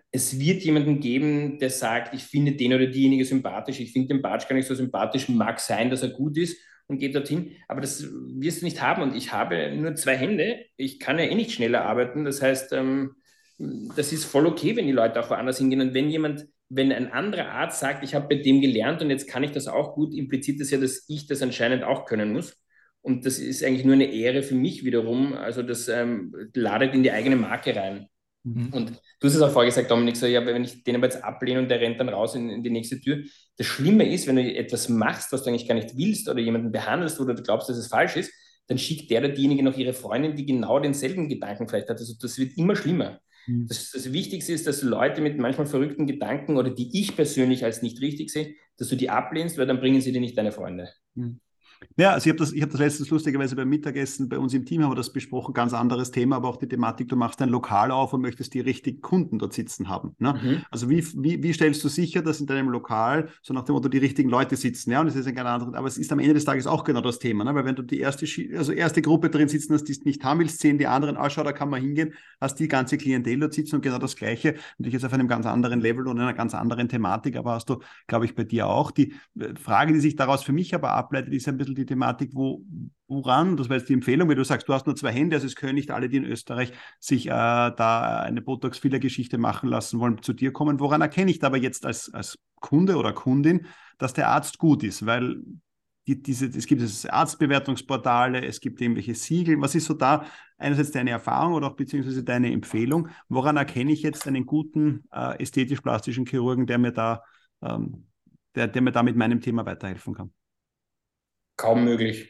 [SPEAKER 2] es wird jemanden geben, der sagt, ich finde den oder diejenige sympathisch, ich finde den Bartsch gar nicht so sympathisch, mag sein, dass er gut ist und geht dorthin, aber das wirst du nicht haben und ich habe nur zwei Hände, ich kann ja eh nicht schneller arbeiten, das heißt, ähm, das ist voll okay, wenn die Leute auch woanders hingehen und wenn jemand, wenn ein anderer Arzt sagt, ich habe bei dem gelernt und jetzt kann ich das auch gut, impliziert das ja, dass ich das anscheinend auch können muss. Und das ist eigentlich nur eine Ehre für mich wiederum. Also das ähm, ladet in die eigene Marke rein.
[SPEAKER 1] Mhm.
[SPEAKER 2] Und du hast es auch vorher gesagt, Dominik, so, ja, wenn ich den aber jetzt ablehne und der rennt dann raus in, in die nächste Tür. Das Schlimme ist, wenn du etwas machst, was du eigentlich gar nicht willst oder jemanden behandelst oder du glaubst, dass es falsch ist, dann schickt der oder diejenige noch ihre Freundin, die genau denselben Gedanken vielleicht hat. Also das wird immer schlimmer.
[SPEAKER 1] Mhm.
[SPEAKER 2] Das, das Wichtigste ist, dass du Leute mit manchmal verrückten Gedanken oder die ich persönlich als nicht richtig sehe, dass du die ablehnst, weil dann bringen sie dir nicht deine Freunde.
[SPEAKER 3] Mhm. Ja, also ich habe das, ich hab das letztens lustigerweise beim Mittagessen bei uns im Team haben wir das besprochen, ganz anderes Thema, aber auch die Thematik, du machst ein Lokal auf und möchtest die richtigen Kunden dort sitzen haben. Ne?
[SPEAKER 2] Mhm.
[SPEAKER 3] Also wie, wie, wie stellst du sicher, dass in deinem Lokal so nach dem Motto die richtigen Leute sitzen? Ja, und es ist ein ganz anderes, aber es ist am Ende des Tages auch genau das Thema, ne? Weil wenn du die erste, also erste Gruppe drin sitzen hast, die es nicht haben willst, sehen die anderen, ah, schau, da kann man hingehen, hast die ganze Klientel dort sitzen und genau das Gleiche, natürlich jetzt auf einem ganz anderen Level und einer ganz anderen Thematik, aber hast du, glaube ich, bei dir auch. Die Frage, die sich daraus für mich aber ableitet, ist ein bisschen die Thematik, wo woran, das war jetzt die Empfehlung, wenn du sagst, du hast nur zwei Hände, also es können nicht alle, die in Österreich sich äh, da eine Botox-Filler-Geschichte machen lassen wollen, zu dir kommen. Woran erkenne ich da aber jetzt als, als Kunde oder Kundin, dass der Arzt gut ist? Weil die, diese, es gibt diese Arztbewertungsportale, es gibt irgendwelche Siegel. Was ist so da einerseits deine Erfahrung oder auch beziehungsweise deine Empfehlung? Woran erkenne ich jetzt einen guten äh, ästhetisch-plastischen Chirurgen, der mir da, ähm, der, der mir da mit meinem Thema weiterhelfen kann?
[SPEAKER 2] Kaum möglich.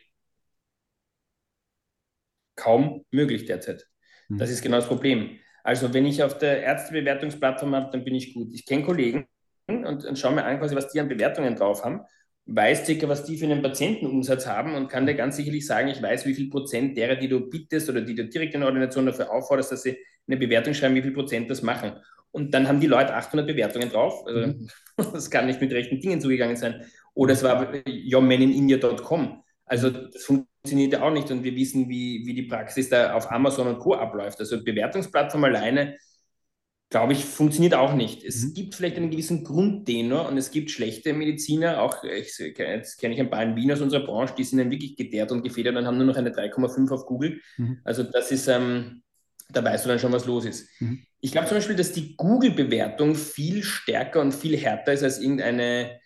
[SPEAKER 2] Kaum möglich derzeit.
[SPEAKER 3] Mhm.
[SPEAKER 2] Das ist genau das Problem. Also wenn ich auf der Ärztebewertungsplattform habe, dann bin ich gut. Ich kenne Kollegen und, und schaue mir an, quasi, was die an Bewertungen drauf haben, weiß circa, was die für einen Patientenumsatz haben und kann dir ganz sicherlich sagen, ich weiß, wie viel Prozent derer, die du bittest oder die du direkt in der Ordination dafür aufforderst, dass sie eine Bewertung schreiben, wie viel Prozent das machen. Und dann haben die Leute achthundert Bewertungen drauf. Also
[SPEAKER 3] Mhm.
[SPEAKER 2] das kann nicht mit rechten Dingen zugegangen sein. Oder es war yourmanindia punkt com. Also das funktioniert ja auch nicht und wir wissen, wie, wie die Praxis da auf Amazon und Co. abläuft. Also Bewertungsplattform alleine, glaube ich, funktioniert auch nicht. Es
[SPEAKER 3] Mhm.
[SPEAKER 2] gibt vielleicht einen gewissen Grundtenor und es gibt schlechte Mediziner, auch ich, jetzt kenne ich ein paar in Wien aus unserer Branche, die sind dann wirklich geteert und gefedert und haben nur noch eine drei Komma fünf auf Google.
[SPEAKER 3] Mhm.
[SPEAKER 2] Also das ist, ähm, da weißt du dann schon, was los ist.
[SPEAKER 3] Mhm.
[SPEAKER 2] Ich glaube zum Beispiel, dass die Google-Bewertung viel stärker und viel härter ist als irgendeine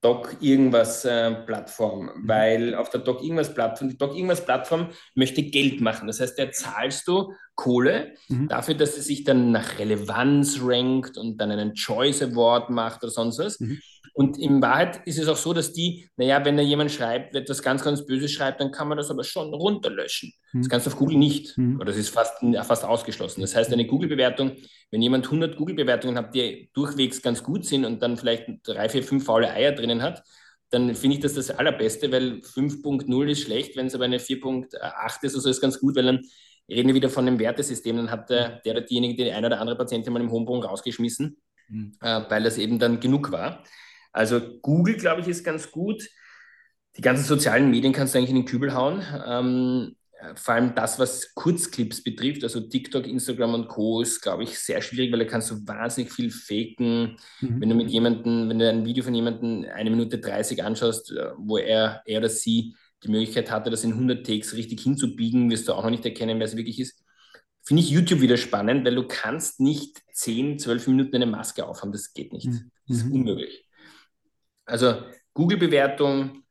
[SPEAKER 2] Doc-Irgendwas-Plattform,
[SPEAKER 3] Mhm.
[SPEAKER 2] weil auf der Doc-Irgendwas-Plattform, die Doc-Irgendwas-Plattform möchte Geld machen. Das heißt, da zahlst du Kohle
[SPEAKER 3] Mhm.
[SPEAKER 2] dafür, dass sie sich dann nach Relevanz rankt und dann einen Choice Award macht oder sonst was.
[SPEAKER 3] Mhm.
[SPEAKER 2] Und in Wahrheit ist es auch so, dass die, naja, wenn da jemand schreibt, etwas ganz, ganz Böses schreibt, dann kann man das aber schon runterlöschen. Das
[SPEAKER 3] Mhm.
[SPEAKER 2] kannst du auf Google nicht.
[SPEAKER 3] Mhm.
[SPEAKER 2] Oder das ist fast, fast ausgeschlossen. Das heißt, eine Google-Bewertung, wenn jemand hundert Google-Bewertungen hat, die durchwegs ganz gut sind und dann vielleicht drei, vier, fünf faule Eier drinnen hat, dann finde ich das das Allerbeste, weil fünf Punkt null ist schlecht, wenn es aber eine vier Punkt acht ist, also ist ganz gut, weil dann reden wir wieder von einem Wertesystem, dann hat der, der oder diejenige die eine oder andere Patientin mal im Hohenbogen rausgeschmissen, mhm. äh, weil das eben dann genug war. Also Google, glaube ich, ist ganz gut. Die ganzen sozialen Medien kannst du eigentlich in den Kübel hauen. Ähm, vor allem das, was Kurzclips betrifft, also TikTok, Instagram und Co. ist, glaube ich, sehr schwierig, weil da kannst du wahnsinnig viel faken.
[SPEAKER 3] Mhm.
[SPEAKER 2] Wenn du mit jemandem, wenn du ein Video von jemandem eine Minute dreißig anschaust, wo er, er oder sie die Möglichkeit hatte, das in hundert Takes richtig hinzubiegen, wirst du auch noch nicht erkennen, wer es wirklich ist. Finde ich YouTube wieder spannend, weil du kannst nicht zehn, zwölf Minuten eine Maske aufhaben. Das geht nicht. Das ist
[SPEAKER 3] Mhm.
[SPEAKER 2] unmöglich. Also Google-Bewertung,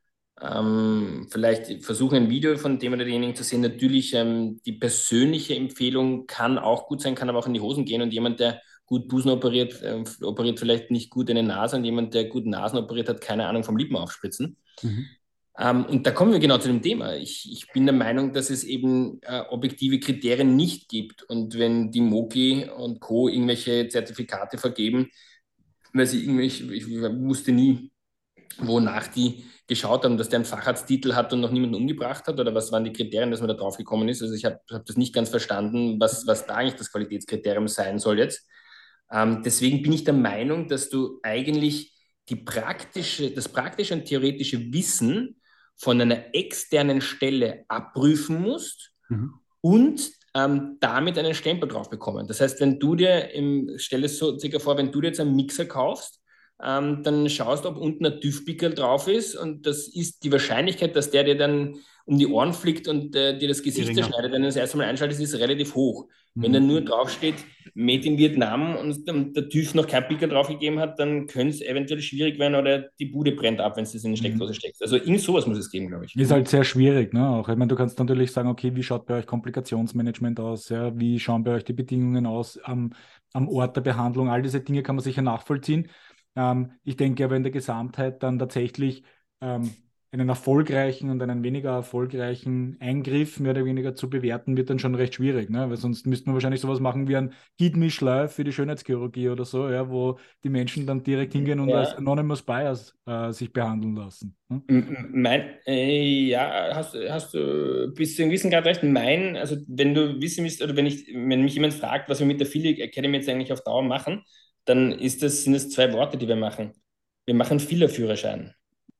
[SPEAKER 2] ähm, vielleicht versuchen ein Video von dem oder derjenigen zu sehen. Natürlich ähm, die persönliche Empfehlung kann auch gut sein, kann aber auch in die Hosen gehen und jemand, der gut Busen operiert, äh, operiert vielleicht nicht gut eine Nase und jemand, der gut Nasen operiert hat, keine Ahnung vom Lippen aufspritzen.
[SPEAKER 3] Mhm.
[SPEAKER 2] Ähm, und da kommen wir genau zu dem Thema. Ich, ich bin der Meinung, dass es eben äh, objektive Kriterien nicht gibt und wenn die Moki und Co. irgendwelche Zertifikate vergeben, weil sie irgendwelche, ich wusste nie, wonach die geschaut haben, dass der einen Facharzttitel hat und noch niemanden umgebracht hat? Oder was waren die Kriterien, dass man da drauf gekommen ist? Also ich habe hab das nicht ganz verstanden, was, was da eigentlich das Qualitätskriterium sein soll jetzt. Ähm, deswegen bin ich der Meinung, dass du eigentlich die praktische, das praktische und theoretische Wissen von einer externen Stelle abprüfen musst
[SPEAKER 3] Mhm.
[SPEAKER 2] und ähm, damit einen Stempel drauf bekommen. Das heißt, wenn du dir, im, stell es so circa vor, wenn du dir jetzt einen Mixer kaufst, ähm, dann schaust, ob unten ein TÜV-Pickel drauf ist und das ist die Wahrscheinlichkeit, dass der dir dann um die Ohren fliegt und äh, dir das Gesicht
[SPEAKER 3] Geringer.
[SPEAKER 2] zerschneidet, wenn du das erste Mal einschaltest, ist relativ hoch.
[SPEAKER 3] Mhm.
[SPEAKER 2] Wenn dann nur draufsteht, Made in Vietnam und der TÜV noch kein Pickel drauf gegeben hat, dann könnte es eventuell schwierig werden oder die Bude brennt ab, wenn du es in die Steckdose steckst. Also irgend sowas muss es geben, glaube ich.
[SPEAKER 1] Ist halt sehr schwierig, ne? Auch, ich meine, du kannst natürlich sagen, okay, wie schaut bei euch Komplikationsmanagement aus? Ja? Wie schauen bei euch die Bedingungen aus am, am Ort der Behandlung? All diese Dinge kann man sicher nachvollziehen. Ähm, ich denke aber in der Gesamtheit dann tatsächlich ähm, einen erfolgreichen und einen weniger erfolgreichen Eingriff mehr oder weniger zu bewerten, wird dann schon recht schwierig, ne? Weil sonst müsste man wahrscheinlich sowas machen wie ein Heat-Me-Schleif für die Schönheitschirurgie oder so, ja, wo die Menschen dann direkt hingehen und als
[SPEAKER 2] Ja.
[SPEAKER 1] Anonymous Bias äh, sich behandeln lassen. Ne?
[SPEAKER 2] Mein, äh, ja, hast, hast du bis zu einem gewissen Grad recht. Mein, also wenn du wissen willst, oder wenn ich, wenn mich jemand fragt, was wir mit der Philic Academy jetzt eigentlich auf Dauer machen, dann ist das, sind das zwei Worte, die wir machen. Wir machen Filler-Führerschein.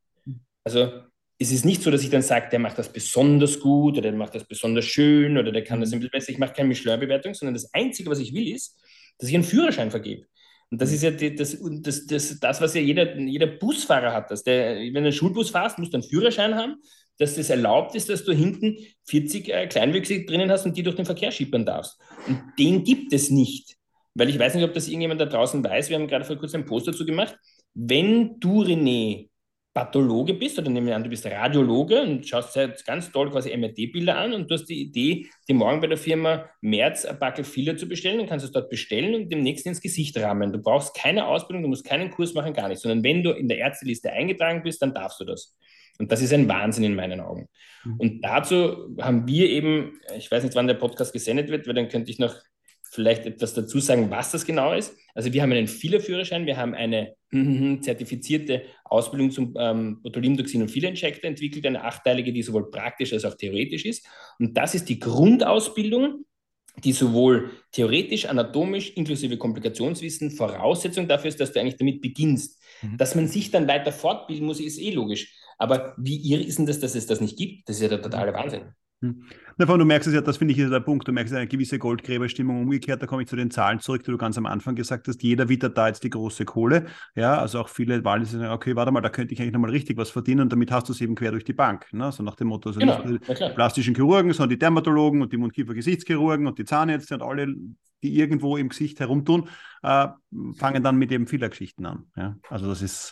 [SPEAKER 2] Also es ist nicht so, dass ich dann sage, der macht das besonders gut oder der macht das besonders schön oder der kann das ein bisschen besser. Ich mache keine Michelin-Bewertung, sondern das Einzige, was ich will, ist, dass ich einen Führerschein vergebe. Und das ist ja die, das, das, das, das, was ja jeder, jeder Busfahrer hat. Dass der, wenn du einen Schulbus fährst, musst du einen Führerschein haben, dass das erlaubt ist, dass du hinten vierzig äh, Kleinwüchsige drinnen hast und die durch den Verkehr schippern darfst. Und den gibt es nicht. Weil ich weiß nicht, ob das irgendjemand da draußen weiß, wir haben gerade vor kurzem ein Post dazu gemacht. Wenn du, René, Pathologe bist, oder nehmen wir an, du bist Radiologe und schaust jetzt ganz toll quasi M R T-Bilder an und du hast die Idee, dir morgen bei der Firma Merz ein Backel Filler zu bestellen, dann kannst du es dort bestellen und demnächst ins Gesicht rammen. Du brauchst keine Ausbildung, du musst keinen Kurs machen, gar nichts, sondern wenn du in der Ärzteliste eingetragen bist, dann darfst du das. Und das ist ein Wahnsinn in meinen Augen. Und dazu haben wir eben, ich weiß nicht, wann der Podcast gesendet wird, weil dann könnte ich noch vielleicht etwas dazu sagen, was das genau ist. Also wir haben einen Filler-Führerschein, wir haben eine zertifizierte Ausbildung zum ähm, Botulinumtoxin- und Filler-Injector entwickelt, eine achteilige, die sowohl praktisch als auch theoretisch ist. Und das ist die Grundausbildung, die sowohl theoretisch, anatomisch, inklusive Komplikationswissen Voraussetzung dafür ist, dass du eigentlich damit beginnst. Mhm. Dass man sich dann weiter fortbilden muss, ist eh logisch. Aber wie irre ist denn das, dass es das nicht gibt? Das ist ja der totale Wahnsinn.
[SPEAKER 3] Hm. Du merkst es ja, das finde ich ist der Punkt, du merkst eine gewisse Goldgräberstimmung umgekehrt, da komme ich zu den Zahlen zurück, die du ganz am Anfang gesagt hast, jeder wittert da jetzt die große Kohle, ja, also auch viele Wahlen sagen, okay, warte mal, da könnte ich eigentlich nochmal richtig was verdienen und damit hast du es eben quer durch die Bank, ne? So nach dem Motto, also genau, nicht nur die plastischen Chirurgen, sondern die Dermatologen und die Mund-Kiefer-Gesichtschirurgen und die Zahnärzte und alle, die irgendwo im Gesicht herumtun, äh, fangen dann mit eben Fehlergeschichten an, ja, also das ist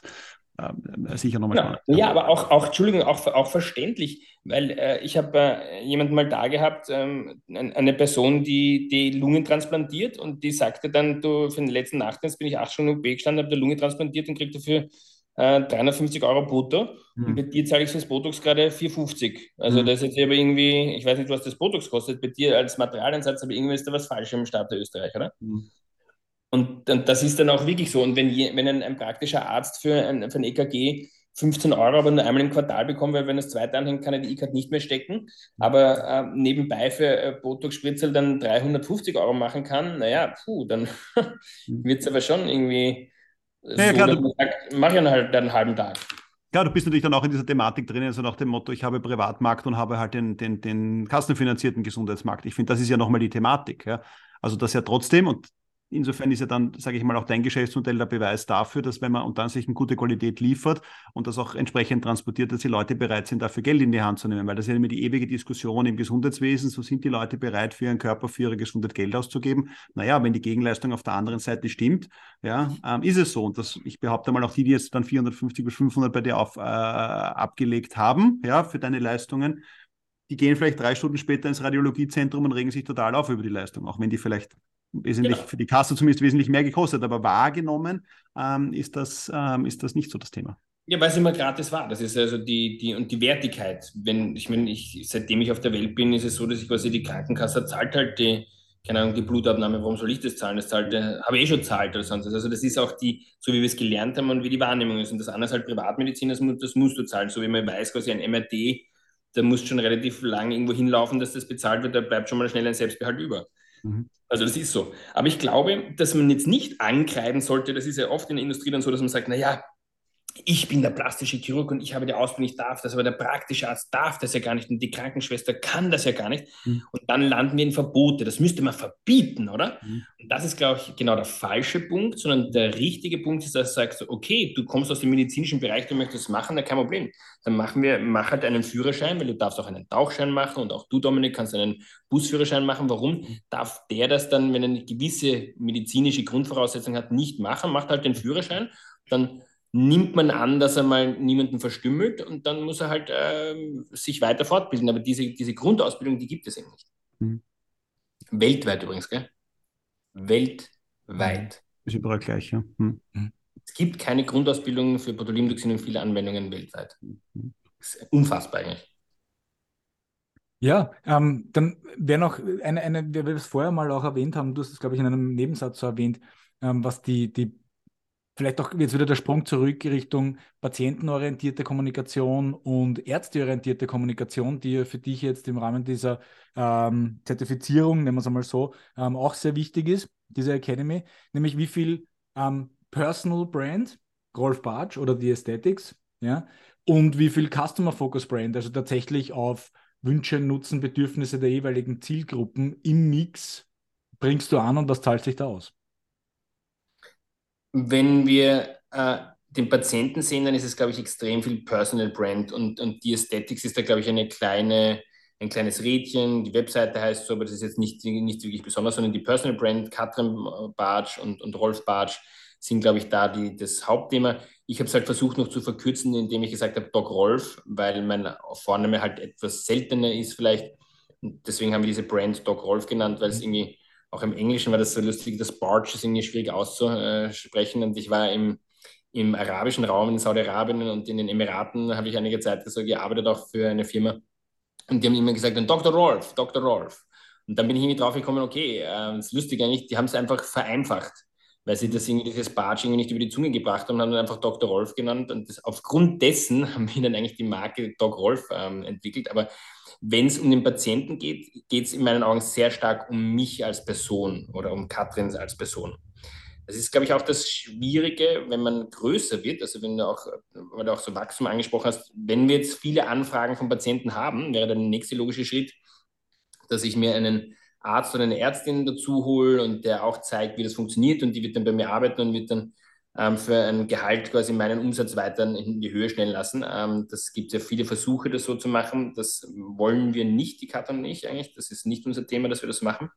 [SPEAKER 3] Äh, sicher nochmal
[SPEAKER 2] spannend. Ja, ja, aber auch, auch, Entschuldigung, auch, auch verständlich, weil äh, ich habe äh, jemanden mal da gehabt, ähm, eine Person, die die Lungen transplantiert und die sagte dann, du, für den letzten Nachtdienst bin ich acht Stunden U B gestanden, habe die Lunge transplantiert und krieg dafür äh, dreihundertfünfzig Euro brutto. Mhm. Und bei dir zahle ich fürs Botox gerade vier fünfzig. Also mhm. das ist jetzt aber irgendwie, ich weiß nicht, was das Botox kostet, bei dir als Materialeinsatz, aber irgendwie ist da was falsch im Staat der Österreich, oder? Mhm. Und, und das ist dann auch wirklich so. Und wenn, je, wenn ein, ein praktischer Arzt für ein, für ein E K G fünfzehn Euro aber nur einmal im Quartal bekommt, weil wenn das zweite anhängt, kann er die E K G nicht mehr stecken, aber äh, nebenbei für äh, Botox-Spritzel dann dreihundertfünfzig Euro machen kann, naja, puh, dann wird es aber schon irgendwie
[SPEAKER 3] ja,
[SPEAKER 2] so,
[SPEAKER 3] klar,
[SPEAKER 2] dass man sagt, mach ich halt einen halben Tag.
[SPEAKER 3] Ja, du bist natürlich dann auch in dieser Thematik drin, also nach dem Motto, ich habe Privatmarkt und habe halt den, den, den kassenfinanzierten Gesundheitsmarkt. Ich finde, das ist ja nochmal die Thematik. Ja? Also das ja trotzdem, und insofern ist ja dann, sage ich mal, auch dein Geschäftsmodell der Beweis dafür, dass wenn man und dann sich eine gute Qualität liefert und das auch entsprechend transportiert, dass die Leute bereit sind, dafür Geld in die Hand zu nehmen. Weil das ist ja immer die ewige Diskussion im Gesundheitswesen, so sind die Leute bereit, für ihren Körper, für ihre Gesundheit Geld auszugeben. Naja, wenn die Gegenleistung auf der anderen Seite stimmt, ja, ähm, ist es so. Und das, ich behaupte mal, auch die, die jetzt dann vierhundertfünfzig bis fünfhundert bei dir auf, äh, abgelegt haben, ja, für deine Leistungen, die gehen vielleicht drei Stunden später ins Radiologiezentrum und regen sich total auf über die Leistung, auch wenn die vielleicht wesentlich, genau. für die Kasse zumindest wesentlich mehr gekostet, aber wahrgenommen ähm, ist, das, ähm, ist das nicht so das Thema.
[SPEAKER 2] Ja, weil es immer gratis war. Das ist also die, die, und die Wertigkeit. Wenn, ich meine, ich, seitdem ich auf der Welt bin, ist es so, dass ich quasi die Krankenkasse zahlt halt die, keine Ahnung, die Blutabnahme, warum soll ich das zahlen? Das zahlt, habe ich eh schon zahlt oder sonst was. Also das ist auch die, so wie wir es gelernt haben und wie die Wahrnehmung ist. Und das andere ist halt Privatmedizin, das, das musst du zahlen. So wie man weiß, quasi ein M R T, da musst schon relativ lang irgendwo hinlaufen, dass das bezahlt wird, da bleibt schon mal schnell ein Selbstbehalt über. Mhm. Also das ist so. Aber ich glaube, dass man jetzt nicht ankreiden sollte, das ist ja oft in der Industrie dann so, dass man sagt, naja, ich bin der plastische Chirurg und ich habe die Ausbildung, ich darf das, aber der praktische Arzt darf das ja gar nicht und die Krankenschwester kann das ja gar nicht.
[SPEAKER 3] Mhm.
[SPEAKER 2] Und dann landen wir in Verbote. Das müsste man verbieten, oder?
[SPEAKER 3] Mhm.
[SPEAKER 2] Und das ist, glaube ich, genau der falsche Punkt, sondern der richtige Punkt ist, dass du sagst, okay, du kommst aus dem medizinischen Bereich, du möchtest es machen, dann kein Problem. Dann machen wir, mach halt einen Führerschein, weil du darfst auch einen Tauchschein machen und auch du, Dominik, kannst einen Busführerschein machen. Warum darf der das dann, wenn er eine gewisse medizinische Grundvoraussetzung hat, nicht machen? Macht halt den Führerschein, dann nimmt man an, dass er mal niemanden verstümmelt und dann muss er halt ähm, sich weiter fortbilden. Aber diese, diese Grundausbildung, die gibt es eben nicht.
[SPEAKER 3] Mhm.
[SPEAKER 2] Weltweit übrigens, gell? Weltweit.
[SPEAKER 3] Ist überall gleich, ja. Mhm.
[SPEAKER 2] Es gibt keine Grundausbildung für Botulinumtoxin und viele Anwendungen weltweit.
[SPEAKER 3] Mhm.
[SPEAKER 2] Das ist unfassbar eigentlich.
[SPEAKER 1] Ja, ähm, dann wäre noch eine, eine, wie wir es vorher mal auch erwähnt haben, du hast es, glaube ich, in einem Nebensatz so erwähnt, ähm, was die, die, vielleicht auch jetzt wieder der Sprung zurück Richtung patientenorientierte Kommunikation und ärzteorientierte Kommunikation, die ja für dich jetzt im Rahmen dieser ähm, Zertifizierung, nennen wir es einmal so, ähm, auch sehr wichtig ist, diese Academy, nämlich wie viel ähm, Personal Brand, Rolf Bartsch oder die Aesthetics, ja, und wie viel Customer Focus Brand, also tatsächlich auf Wünsche, Nutzen, Bedürfnisse der jeweiligen Zielgruppen im Mix bringst du an und was zahlt sich da aus?
[SPEAKER 2] Wenn wir äh, den Patienten sehen, dann ist es, glaube ich, extrem viel Personal Brand und, und die Aesthetics ist da, glaube ich, eine kleine, ein kleines Rädchen. Die Webseite heißt so, aber das ist jetzt nicht, nicht wirklich besonders, sondern die Personal Brand, Katrin Bartsch und, und Rolf Bartsch sind, glaube ich, da die, das Hauptthema. Ich habe es halt versucht noch zu verkürzen, indem ich gesagt habe, Doc Rolf, weil mein Vorname halt etwas seltener ist vielleicht. Und deswegen haben wir diese Brand Doc Rolf genannt, weil es irgendwie auch im Englischen war das so lustig, das Bartsch ist irgendwie schwierig auszusprechen. Und ich war im, im arabischen Raum in Saudi-Arabien und in den Emiraten, habe ich einige Zeit so gearbeitet, auch für eine Firma. Und die haben immer gesagt, Doktor Rolf, Doktor Rolf. Und dann bin ich irgendwie drauf gekommen, okay, äh, das ist lustig eigentlich, die haben es einfach vereinfacht, weil sie das irgendwie, dieses Bartsch irgendwie nicht über die Zunge gebracht haben und haben dann einfach Doktor Rolf genannt. Und das, aufgrund dessen haben wir dann eigentlich die Marke Doc Rolf ähm, entwickelt. Aber wenn es um den Patienten geht, geht es in meinen Augen sehr stark um mich als Person oder um Katrin als Person. Das ist, glaube ich, auch das Schwierige, wenn man größer wird, also wenn du auch, weil du auch so Wachstum angesprochen hast, wenn wir jetzt viele Anfragen von Patienten haben, wäre der nächste logische Schritt, dass ich mir einen Arzt oder eine Ärztin dazu hole und der auch zeigt, wie das funktioniert und die wird dann bei mir arbeiten und wird dann ähm, für ein Gehalt quasi meinen Umsatz weiter in die Höhe schnellen lassen. Ähm, das gibt ja viele Versuche, das so zu machen. Das wollen wir nicht, die Katrin und ich eigentlich. Das ist nicht unser Thema, dass wir das machen.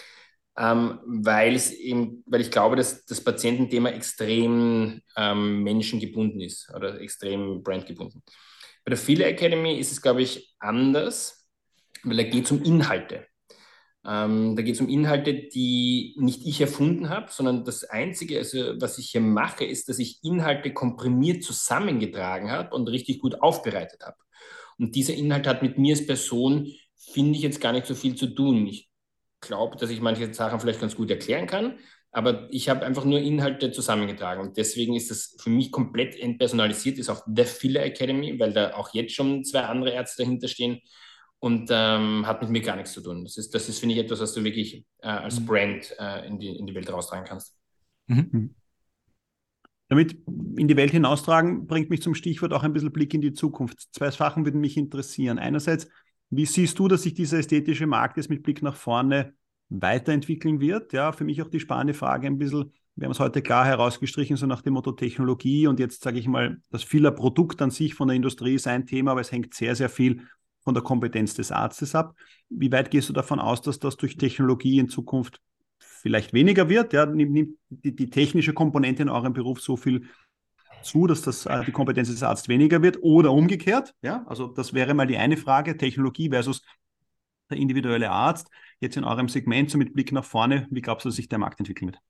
[SPEAKER 2] Ähm, weil es eben, weil ich glaube, dass das Patiententhema extrem ähm, menschengebunden ist oder extrem brandgebunden. Bei der Filler Academy ist es, glaube ich, anders, weil da geht es um Inhalte. Ähm, da geht es um Inhalte, die nicht ich erfunden habe, sondern das Einzige, also, was ich hier mache, ist, dass ich Inhalte komprimiert zusammengetragen habe und richtig gut aufbereitet habe. Und dieser Inhalt hat mit mir als Person, finde ich, jetzt gar nicht so viel zu tun. Ich glaube, dass ich manche Sachen vielleicht ganz gut erklären kann, aber ich habe einfach nur Inhalte zusammengetragen. Und deswegen ist das für mich komplett entpersonalisiert, ist auch The Filler Academy, weil da auch jetzt schon zwei andere Ärzte dahinter stehen und ähm, hat mit mir gar nichts zu tun. Das ist, das ist finde ich, etwas, was du wirklich äh, als Brand äh, in, die, in die Welt raustragen kannst.
[SPEAKER 3] Mhm. Damit in die Welt hinaustragen, bringt mich zum Stichwort auch ein bisschen Blick in die Zukunft. Zwei Sachen würden mich interessieren. Einerseits, wie siehst du, dass sich dieser ästhetische Markt jetzt mit Blick nach vorne weiterentwickeln wird? Ja, für mich auch die spannende Frage ein bisschen, wir haben es heute klar herausgestrichen, so nach dem Motto Technologie und jetzt sage ich mal, das Filler-Produkt an sich von der Industrie ist ein Thema, aber es hängt sehr, sehr viel von der Kompetenz des Arztes ab. Wie weit gehst du davon aus, dass das durch Technologie in Zukunft vielleicht weniger wird? Ja, nimmt die, die technische Komponente in eurem Beruf so viel zu, dass das, äh, die Kompetenz des Arztes weniger wird oder umgekehrt? Ja, also das wäre mal die eine Frage, Technologie versus der individuelle Arzt. Jetzt in eurem Segment, so mit Blick nach vorne, wie glaubst du, dass sich der Markt entwickeln wird?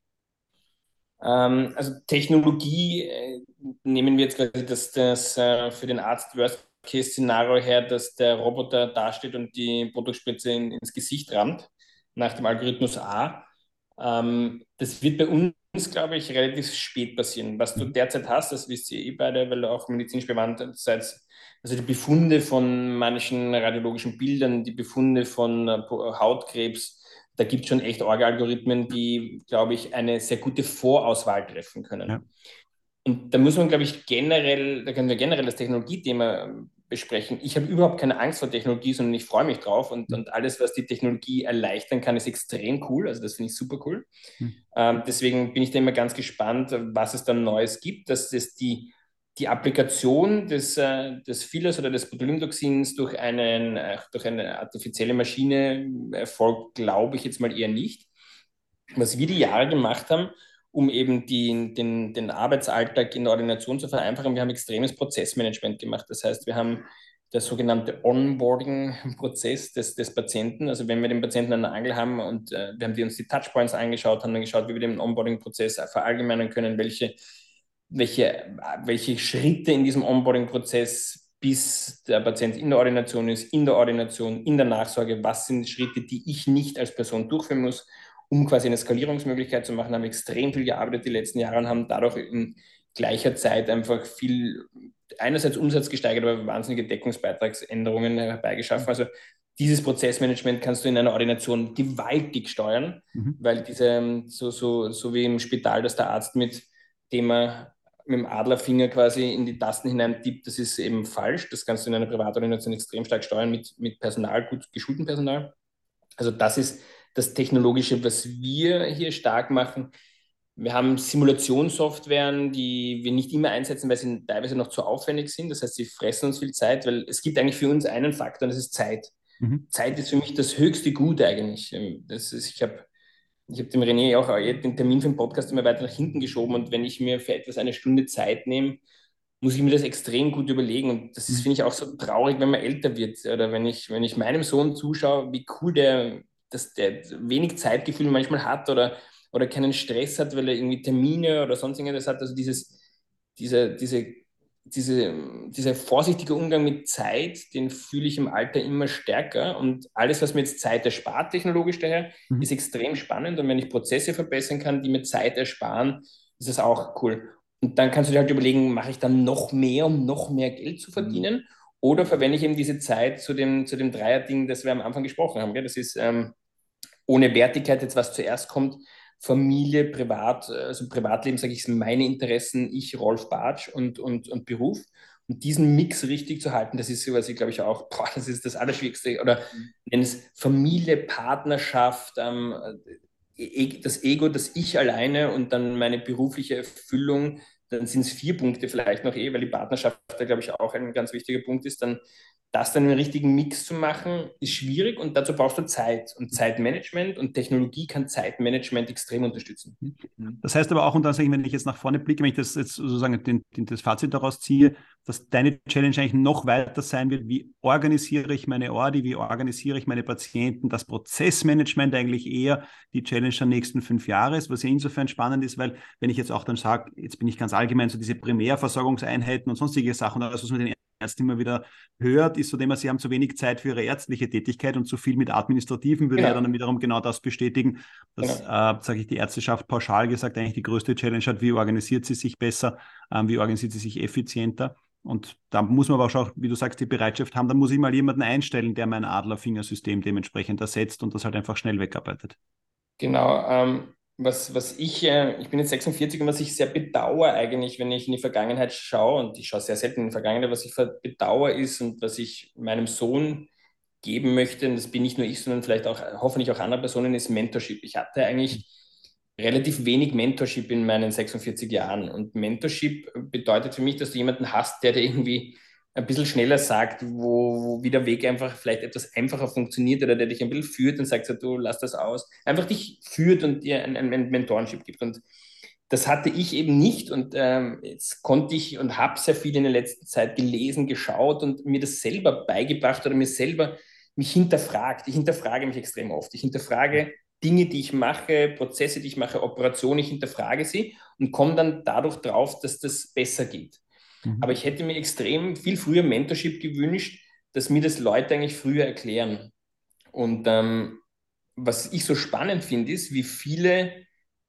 [SPEAKER 2] Ähm, also Technologie äh, nehmen wir jetzt quasi das, das äh, für den Arzt Worst-Case-Szenario her, dass der Roboter dasteht und die Botox-Spritze in, ins Gesicht rammt, nach dem Algorithmus A. Ähm, das wird bei uns, glaube ich, relativ spät passieren. Was du derzeit hast, das wisst ihr eh beide, weil ihr auch medizinisch bewandt seid, also die Befunde von manchen radiologischen Bildern, die Befunde von äh, Hautkrebs, da gibt es schon echt Orga-Algorithmen, die, glaube ich, eine sehr gute Vorauswahl treffen können.
[SPEAKER 3] Ja.
[SPEAKER 2] Und da muss man, glaube ich, generell, da können wir generell das Technologiethema besprechen. Ich habe überhaupt keine Angst vor Technologie, sondern ich freue mich drauf und, und alles, was die Technologie erleichtern kann, ist extrem cool. Also das finde ich super cool.
[SPEAKER 3] Mhm.
[SPEAKER 2] Ähm, deswegen bin ich da immer ganz gespannt, was es dann Neues gibt, dass es die, die Applikation des, äh, des Fillers oder des Botulinumtoxins durch, einen, äh, durch eine artifizielle Maschine erfolgt, glaube ich jetzt mal eher nicht. Was wir die Jahre gemacht haben, um eben die, den, den Arbeitsalltag in der Ordination zu vereinfachen, wir haben extremes Prozessmanagement gemacht. Das heißt, wir haben das sogenannte Onboarding-Prozess des, des Patienten. Also wenn wir den Patienten an der Angel haben und äh, wir haben die uns die Touchpoints angeschaut, haben dann geschaut, wie wir den Onboarding-Prozess verallgemeinern können, welche, welche, welche Schritte in diesem Onboarding-Prozess bis der Patient in der Ordination ist, in der Ordination, in der Nachsorge, was sind Schritte, die ich nicht als Person durchführen muss, um quasi eine Skalierungsmöglichkeit zu machen, haben extrem viel gearbeitet die letzten Jahre und haben dadurch in gleicher Zeit einfach viel, einerseits Umsatz gesteigert, aber wahnsinnige Deckungsbeitragsänderungen herbeigeschaffen. Also dieses Prozessmanagement kannst du in einer Ordination gewaltig steuern,
[SPEAKER 3] Mhm.
[SPEAKER 2] weil diese, so, so, so wie im Spital, dass der Arzt mit dem er mit dem Adlerfinger quasi in die Tasten hineintippt, das ist eben falsch. Das kannst du in einer Privatordination extrem stark steuern mit, mit Personal, gut geschultem Personal. Also das ist das Technologische, was wir hier stark machen. Wir haben Simulationssoftwaren, die wir nicht immer einsetzen, weil sie teilweise noch zu aufwendig sind. Das heißt, sie fressen uns viel Zeit, weil es gibt eigentlich für uns einen Faktor, und das ist Zeit.
[SPEAKER 3] Mhm.
[SPEAKER 2] Zeit ist für mich das höchste Gut eigentlich. Das ist, ich habe ich hab dem René auch den Termin für den Podcast immer weiter nach hinten geschoben und wenn ich mir für etwas eine Stunde Zeit nehme, muss ich mir das extrem gut überlegen. Und das
[SPEAKER 3] Mhm.
[SPEAKER 2] finde ich auch so traurig, wenn man älter wird. Oder wenn ich, wenn ich meinem Sohn zuschaue, wie cool der, dass der wenig Zeitgefühl manchmal hat oder, oder keinen Stress hat, weil er irgendwie Termine oder sonst irgendwas hat. Also dieses, diese, diese, diese, dieser vorsichtige Umgang mit Zeit, den fühle ich im Alter immer stärker. Und alles, was mir jetzt Zeit erspart, technologisch daher,
[SPEAKER 3] Mhm.
[SPEAKER 2] ist extrem spannend. Und wenn ich Prozesse verbessern kann, die mir Zeit ersparen, ist das auch cool. Und dann kannst du dir halt überlegen, mache ich dann noch mehr, um noch mehr Geld zu verdienen? Oder verwende ich eben diese Zeit zu dem, zu dem Dreier-Ding, das wir am Anfang gesprochen haben. Gell? Das ist ähm, ohne Wertigkeit jetzt, was zuerst kommt. Familie, Privat, also Privatleben, sage ich, sind meine Interessen, ich, Rolf Bartsch und, und, und Beruf. Und diesen Mix richtig zu halten, das ist so, was ich glaube ich auch, boah, das ist das Allerschwierigste. Oder nenn es Familie, Partnerschaft, ähm, das Ego, das Ich alleine und dann meine berufliche Erfüllung, dann sind es vier Punkte vielleicht noch eh, weil die Partnerschaft da, glaube ich, auch ein ganz wichtiger Punkt ist. Dann das dann einen richtigen Mix zu machen, ist schwierig und dazu brauchst du Zeit und Zeitmanagement und Technologie kann Zeitmanagement extrem unterstützen.
[SPEAKER 3] Das heißt aber auch, und dann sage ich, wenn ich jetzt nach vorne blicke, wenn ich das jetzt sozusagen den, den, das Fazit daraus ziehe, dass deine Challenge eigentlich noch weiter sein wird, wie organisiere ich meine Ordi, wie organisiere ich meine Patienten, das Prozessmanagement eigentlich eher die Challenge der nächsten fünf Jahre ist, was ja insofern spannend ist, weil wenn ich jetzt auch dann sage, jetzt bin ich ganz allgemein so diese Primärversorgungseinheiten und sonstige Sachen, alles, was man den Ärzten immer wieder hört, ist so dem, sie haben zu wenig Zeit für ihre ärztliche Tätigkeit und zu viel mit Administrativen, würde
[SPEAKER 2] Genau.
[SPEAKER 3] ja dann wiederum genau das bestätigen, dass,
[SPEAKER 2] Genau.
[SPEAKER 3] äh, sage ich, die Ärzteschaft pauschal gesagt eigentlich die größte Challenge hat, wie organisiert sie sich besser, ähm, wie organisiert sie sich effizienter. Und da muss man aber auch schon, wie du sagst, die Bereitschaft haben, da muss ich mal jemanden einstellen, der mein Adlerfingersystem dementsprechend ersetzt und das halt einfach schnell wegarbeitet.
[SPEAKER 2] Genau. Ähm, was, was ich, äh, ich bin jetzt sechsundvierzig und was ich sehr bedauere eigentlich, wenn ich in die Vergangenheit schaue, und ich schaue sehr selten in die Vergangenheit, was ich bedauere ist und was ich meinem Sohn geben möchte, und das bin nicht nur ich, sondern vielleicht auch hoffentlich auch andere Personen, ist Mentorship. Ich hatte eigentlich relativ wenig Mentorship in meinen sechsundvierzig Jahren. Und Mentorship bedeutet für mich, dass du jemanden hast, der dir irgendwie ein bisschen schneller sagt, wo, wo wie der Weg einfach vielleicht etwas einfacher funktioniert oder der dich ein bisschen führt und sagt, so, du lass das aus. Einfach dich führt und dir ein, ein, ein Mentorship gibt. Und das hatte ich eben nicht und ähm, jetzt konnte ich und habe sehr viel in der letzten Zeit gelesen, geschaut und mir das selber beigebracht oder mir selber mich hinterfragt. Ich hinterfrage mich extrem oft. Ich hinterfrage Dinge, die ich mache, Prozesse, die ich mache, Operationen, ich hinterfrage sie und komme dann dadurch drauf, dass das besser geht.
[SPEAKER 3] Mhm.
[SPEAKER 2] Aber ich hätte mir extrem viel früher Mentorship gewünscht, dass mir das Leute eigentlich früher erklären. Und ähm, was ich so spannend finde, ist, wie viele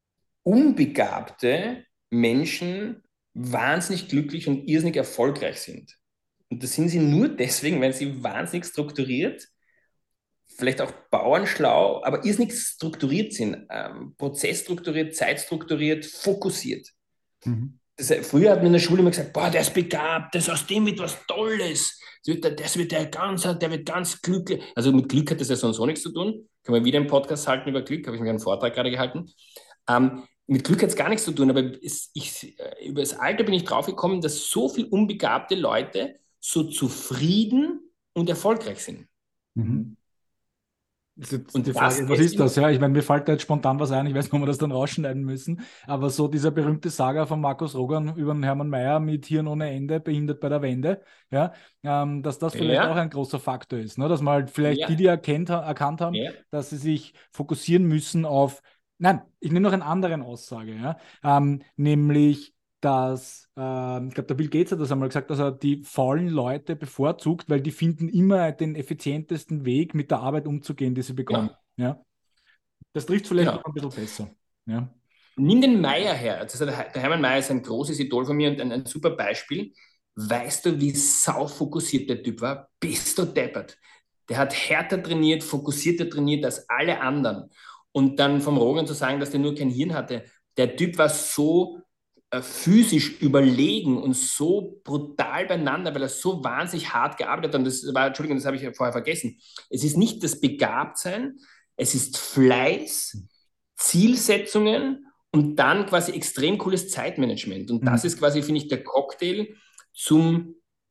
[SPEAKER 2] unbegabte Menschen wahnsinnig glücklich und irrsinnig erfolgreich sind. Und das sind sie nur deswegen, weil sie wahnsinnig strukturiert, vielleicht auch bauernschlau, aber irrsinnig strukturiert sind. Ähm, prozessstrukturiert, zeitstrukturiert, fokussiert.
[SPEAKER 3] Mhm.
[SPEAKER 2] das, früher hat man in der Schule immer gesagt, boah, der ist begabt, das aus dem wird was Tolles. Das wird der, das wird der ganz, der wird ganz glücklich. Also mit Glück hat das ja sonst auch nichts zu tun. Kann man wieder einen Podcast halten über Glück, habe ich mir einen Vortrag gerade gehalten. Ähm, mit Glück hat es gar nichts zu tun, aber es, ich, über das Alter bin ich draufgekommen, dass so viele unbegabte Leute so zufrieden und erfolgreich sind.
[SPEAKER 1] Mhm. Ist jetzt
[SPEAKER 2] Und
[SPEAKER 1] die
[SPEAKER 2] das
[SPEAKER 1] Frage, was ist das?
[SPEAKER 2] deswegen,
[SPEAKER 1] Ja, ich meine, mir fällt da jetzt spontan was ein, ich weiß nicht, ob wir das dann rausschneiden müssen, aber so dieser berühmte Saga von Markus Rogan über den Hermann Mayer mit Hirn ohne Ende, behindert bei der Wende, ja, ähm, dass das vielleicht auch
[SPEAKER 2] ja,
[SPEAKER 1] ein großer Faktor ist, ne? Dass man halt vielleicht die,
[SPEAKER 2] ja,
[SPEAKER 1] die erkennt, erkannt haben,
[SPEAKER 2] ja,
[SPEAKER 1] dass sie sich fokussieren müssen auf, nein, ich nehme noch eine andere Aussage, ja, ähm, nämlich dass, ähm, ich glaube, der Bill Gates hat das einmal gesagt, dass er die faulen Leute bevorzugt, weil die finden immer den effizientesten Weg, mit der Arbeit umzugehen, die sie bekommen.
[SPEAKER 2] genau,
[SPEAKER 1] Ja, das trifft vielleicht noch
[SPEAKER 2] genau.
[SPEAKER 1] ein bisschen besser. Ja.
[SPEAKER 2] Nimm den Meier her. Das ist der Hermann Meier ist ein großes Idol von mir und ein, ein super Beispiel. Weißt du, wie saufokussiert der Typ war? Bist du deppert. Der hat härter trainiert, fokussierter trainiert als alle anderen. Und dann vom Rogan zu sagen, dass der nur kein Hirn hatte. Der Typ war so äh, physisch überlegen und so brutal beieinander, weil er so wahnsinnig hart gearbeitet hat. Und das war, Entschuldigung, das habe ich ja vorher vergessen. Es ist nicht das Begabtsein, es ist Fleiß, Zielsetzungen und dann quasi extrem cooles Zeitmanagement. Und das ist
[SPEAKER 1] Mhm.
[SPEAKER 2] quasi, finde ich, der Cocktail zum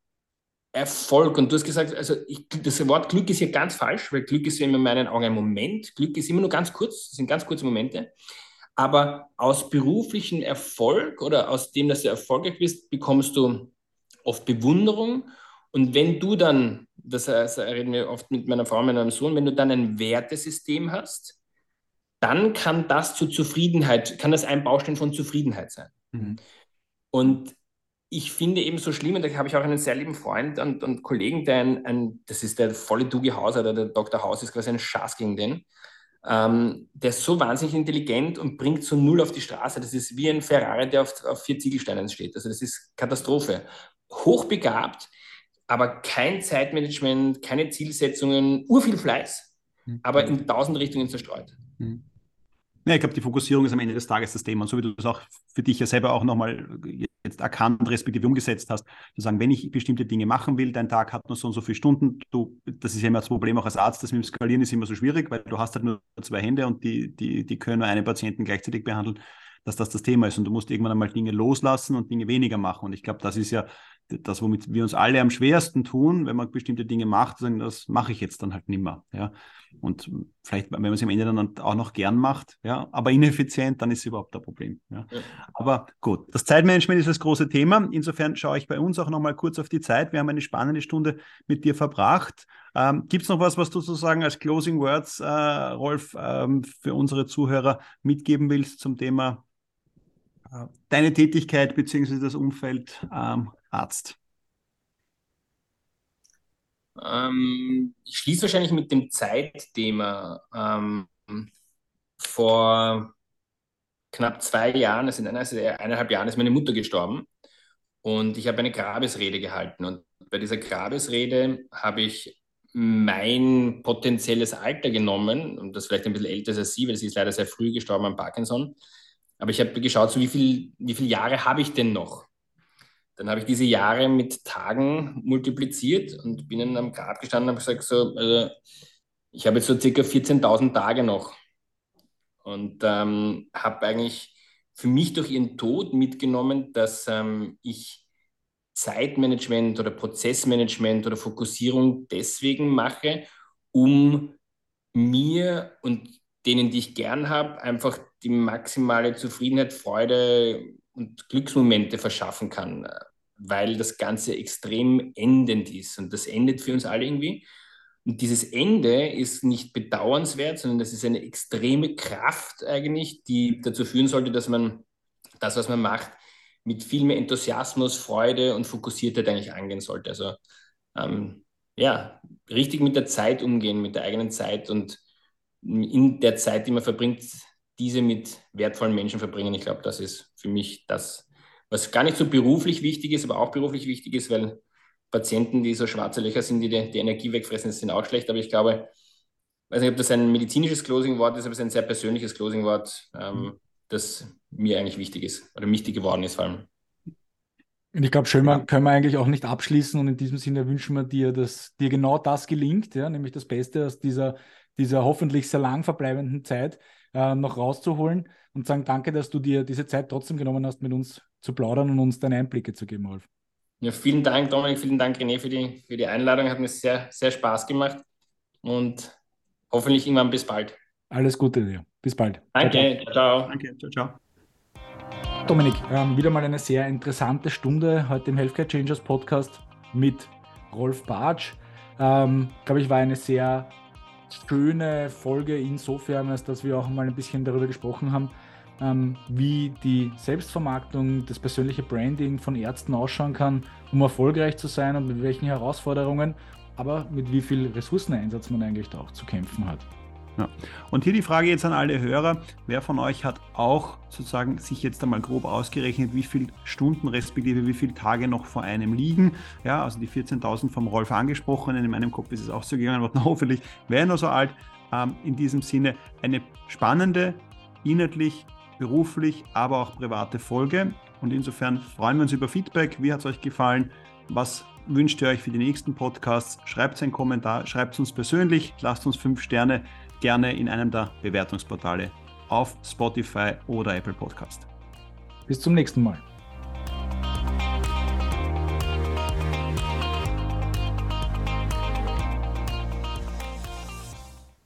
[SPEAKER 2] Erfolg. Und du hast gesagt, also ich, das Wort Glück ist hier ganz falsch, weil Glück ist ja immer in meinen Augen ein Moment. Glück ist immer nur ganz kurz, das sind ganz kurze Momente. Aber aus beruflichem Erfolg oder aus dem, dass du erfolgreich bist, bekommst du oft Bewunderung. Und wenn du dann, das heißt, reden wir oft mit meiner Frau und meinem Sohn, wenn du dann ein Wertesystem hast, dann kann das zu Zufriedenheit, kann das ein Baustein von Zufriedenheit sein.
[SPEAKER 1] Mhm.
[SPEAKER 2] Und ich finde eben so schlimm, und da habe ich auch einen sehr lieben Freund und, und Kollegen, der ein, ein, das ist der volle Dougie Hauser, der, der Doktor Haus ist quasi ein Schatz gegen den. Ähm, der ist so wahnsinnig intelligent und bringt so null auf die Straße. Das ist wie ein Ferrari, der auf, auf vier Ziegelsteinen steht. Also das ist Katastrophe. Hochbegabt, aber kein Zeitmanagement, keine Zielsetzungen, urviel Fleiß, aber in tausend Richtungen zerstreut.
[SPEAKER 3] Mhm. Ja, ich glaube, die Fokussierung ist am Ende des Tages das Thema. Und so wie du das auch für dich ja selber auch nochmal jetzt erkannt, respektive umgesetzt hast, zu sagen, wenn ich bestimmte Dinge machen will, dein Tag hat nur so und so viele Stunden, du, das ist ja immer das Problem auch als Arzt, das mit dem Skalieren ist immer so schwierig, weil du hast halt nur zwei Hände und die, die, die können nur einen Patienten gleichzeitig behandeln, dass das das Thema ist. Und du musst irgendwann einmal Dinge loslassen und Dinge weniger machen. Und ich glaube, das ist ja das, womit wir uns alle am schwersten tun, wenn man bestimmte Dinge macht, sagen, das mache ich jetzt dann halt nimmer. Ja. Und vielleicht, wenn man es am Ende dann auch noch gern macht, ja, aber ineffizient, dann ist es überhaupt ein Problem. Ja.
[SPEAKER 2] Ja.
[SPEAKER 3] Aber gut, das Zeitmanagement ist das große Thema. Insofern schaue ich bei uns auch noch mal kurz auf die Zeit. Wir haben eine spannende Stunde mit dir verbracht. Ähm, Gibt es noch was, was du sozusagen als Closing Words, äh, Rolf, ähm, für unsere Zuhörer mitgeben willst zum Thema äh, deine Tätigkeit bzw. das Umfeld ähm, Arzt?
[SPEAKER 2] Ähm, ich schließe wahrscheinlich mit dem Zeitthema. Ähm, vor knapp zwei Jahren, also in also eineinhalb Jahren, ist meine Mutter gestorben und ich habe eine Grabesrede gehalten. Und bei dieser Grabesrede habe ich mein potenzielles Alter genommen und das vielleicht ein bisschen älter ist als sie, weil sie ist leider sehr früh gestorben an Parkinson. Aber ich habe geschaut, so wie viel, wie viele Jahre habe ich denn noch? Dann habe ich diese Jahre mit Tagen multipliziert und bin dann am Grab gestanden und habe gesagt, so, also ich habe jetzt so circa vierzehntausend Tage noch und ähm, habe eigentlich für mich durch ihren Tod mitgenommen, dass ähm, ich Zeitmanagement oder Prozessmanagement oder Fokussierung deswegen mache, um mir und denen, die ich gern habe, einfach die maximale Zufriedenheit, Freude und Glücksmomente verschaffen kann, weil das Ganze extrem endend ist. Und das endet für uns alle irgendwie. Und dieses Ende ist nicht bedauernswert, sondern das ist eine extreme Kraft eigentlich, die dazu führen sollte, dass man das, was man macht, mit viel mehr Enthusiasmus, Freude und Fokussiertheit eigentlich angehen sollte. Also ähm, ja, richtig mit der Zeit umgehen, mit der eigenen Zeit und in der Zeit, die man verbringt, diese mit wertvollen Menschen verbringen. Ich glaube, das ist für mich das, was gar nicht so beruflich wichtig ist, aber auch beruflich wichtig ist, weil Patienten, die so schwarze Löcher sind, die die, die Energie wegfressen, das sind auch schlecht. Aber ich glaube, ich weiß nicht, ob das ein medizinisches Closing-Wort ist, aber es ist ein sehr persönliches Closing-Wort, ähm, das mir eigentlich wichtig ist oder wichtig geworden ist vor allem.
[SPEAKER 1] Und ich glaube, schön, ja. können wir eigentlich auch nicht abschließen und in diesem Sinne wünschen wir dir, dass dir genau das gelingt, ja, nämlich das Beste aus dieser, dieser hoffentlich sehr lang verbleibenden Zeit äh, noch rauszuholen und sagen danke, dass du dir diese Zeit trotzdem genommen hast, mit uns zu plaudern und uns deine Einblicke zu geben, Rolf.
[SPEAKER 2] Ja, vielen Dank, Dominik, vielen Dank, René, für die, für die Einladung. Hat mir sehr, sehr Spaß gemacht und hoffentlich irgendwann bis bald.
[SPEAKER 1] Alles Gute dir. Bis bald.
[SPEAKER 2] Danke, ciao, ciao.
[SPEAKER 3] Danke, ciao, ciao.
[SPEAKER 1] Dominik, ähm, wieder mal eine sehr interessante Stunde heute im Healthcare Changers Podcast mit Rolf Bartsch. Ähm, glaube ich, war eine sehr schöne Folge insofern, als dass wir auch mal ein bisschen darüber gesprochen haben, ähm, wie die Selbstvermarktung, das persönliche Branding von Ärzten ausschauen kann, um erfolgreich zu sein und mit welchen Herausforderungen, aber mit wie viel Ressourceneinsatz man eigentlich da auch zu kämpfen hat.
[SPEAKER 3] Ja. Und hier die Frage jetzt an alle Hörer, wer von euch hat auch sozusagen sich jetzt einmal grob ausgerechnet, wie viele Stunden respektive wie viele Tage noch vor einem liegen, ja, also die vierzehntausend vom Rolf angesprochenen, in meinem Kopf ist es auch so gegangen, aber hoffentlich wäre er noch so alt, ähm, in diesem Sinne eine spannende, inhaltlich, beruflich, aber auch private Folge und insofern freuen wir uns über Feedback, wie hat es euch gefallen, was wünscht ihr euch für die nächsten Podcasts, schreibt einen Kommentar, schreibt es uns persönlich, lasst uns fünf Sterne gerne in einem der Bewertungsportale auf Spotify oder Apple Podcast.
[SPEAKER 1] Bis zum nächsten Mal.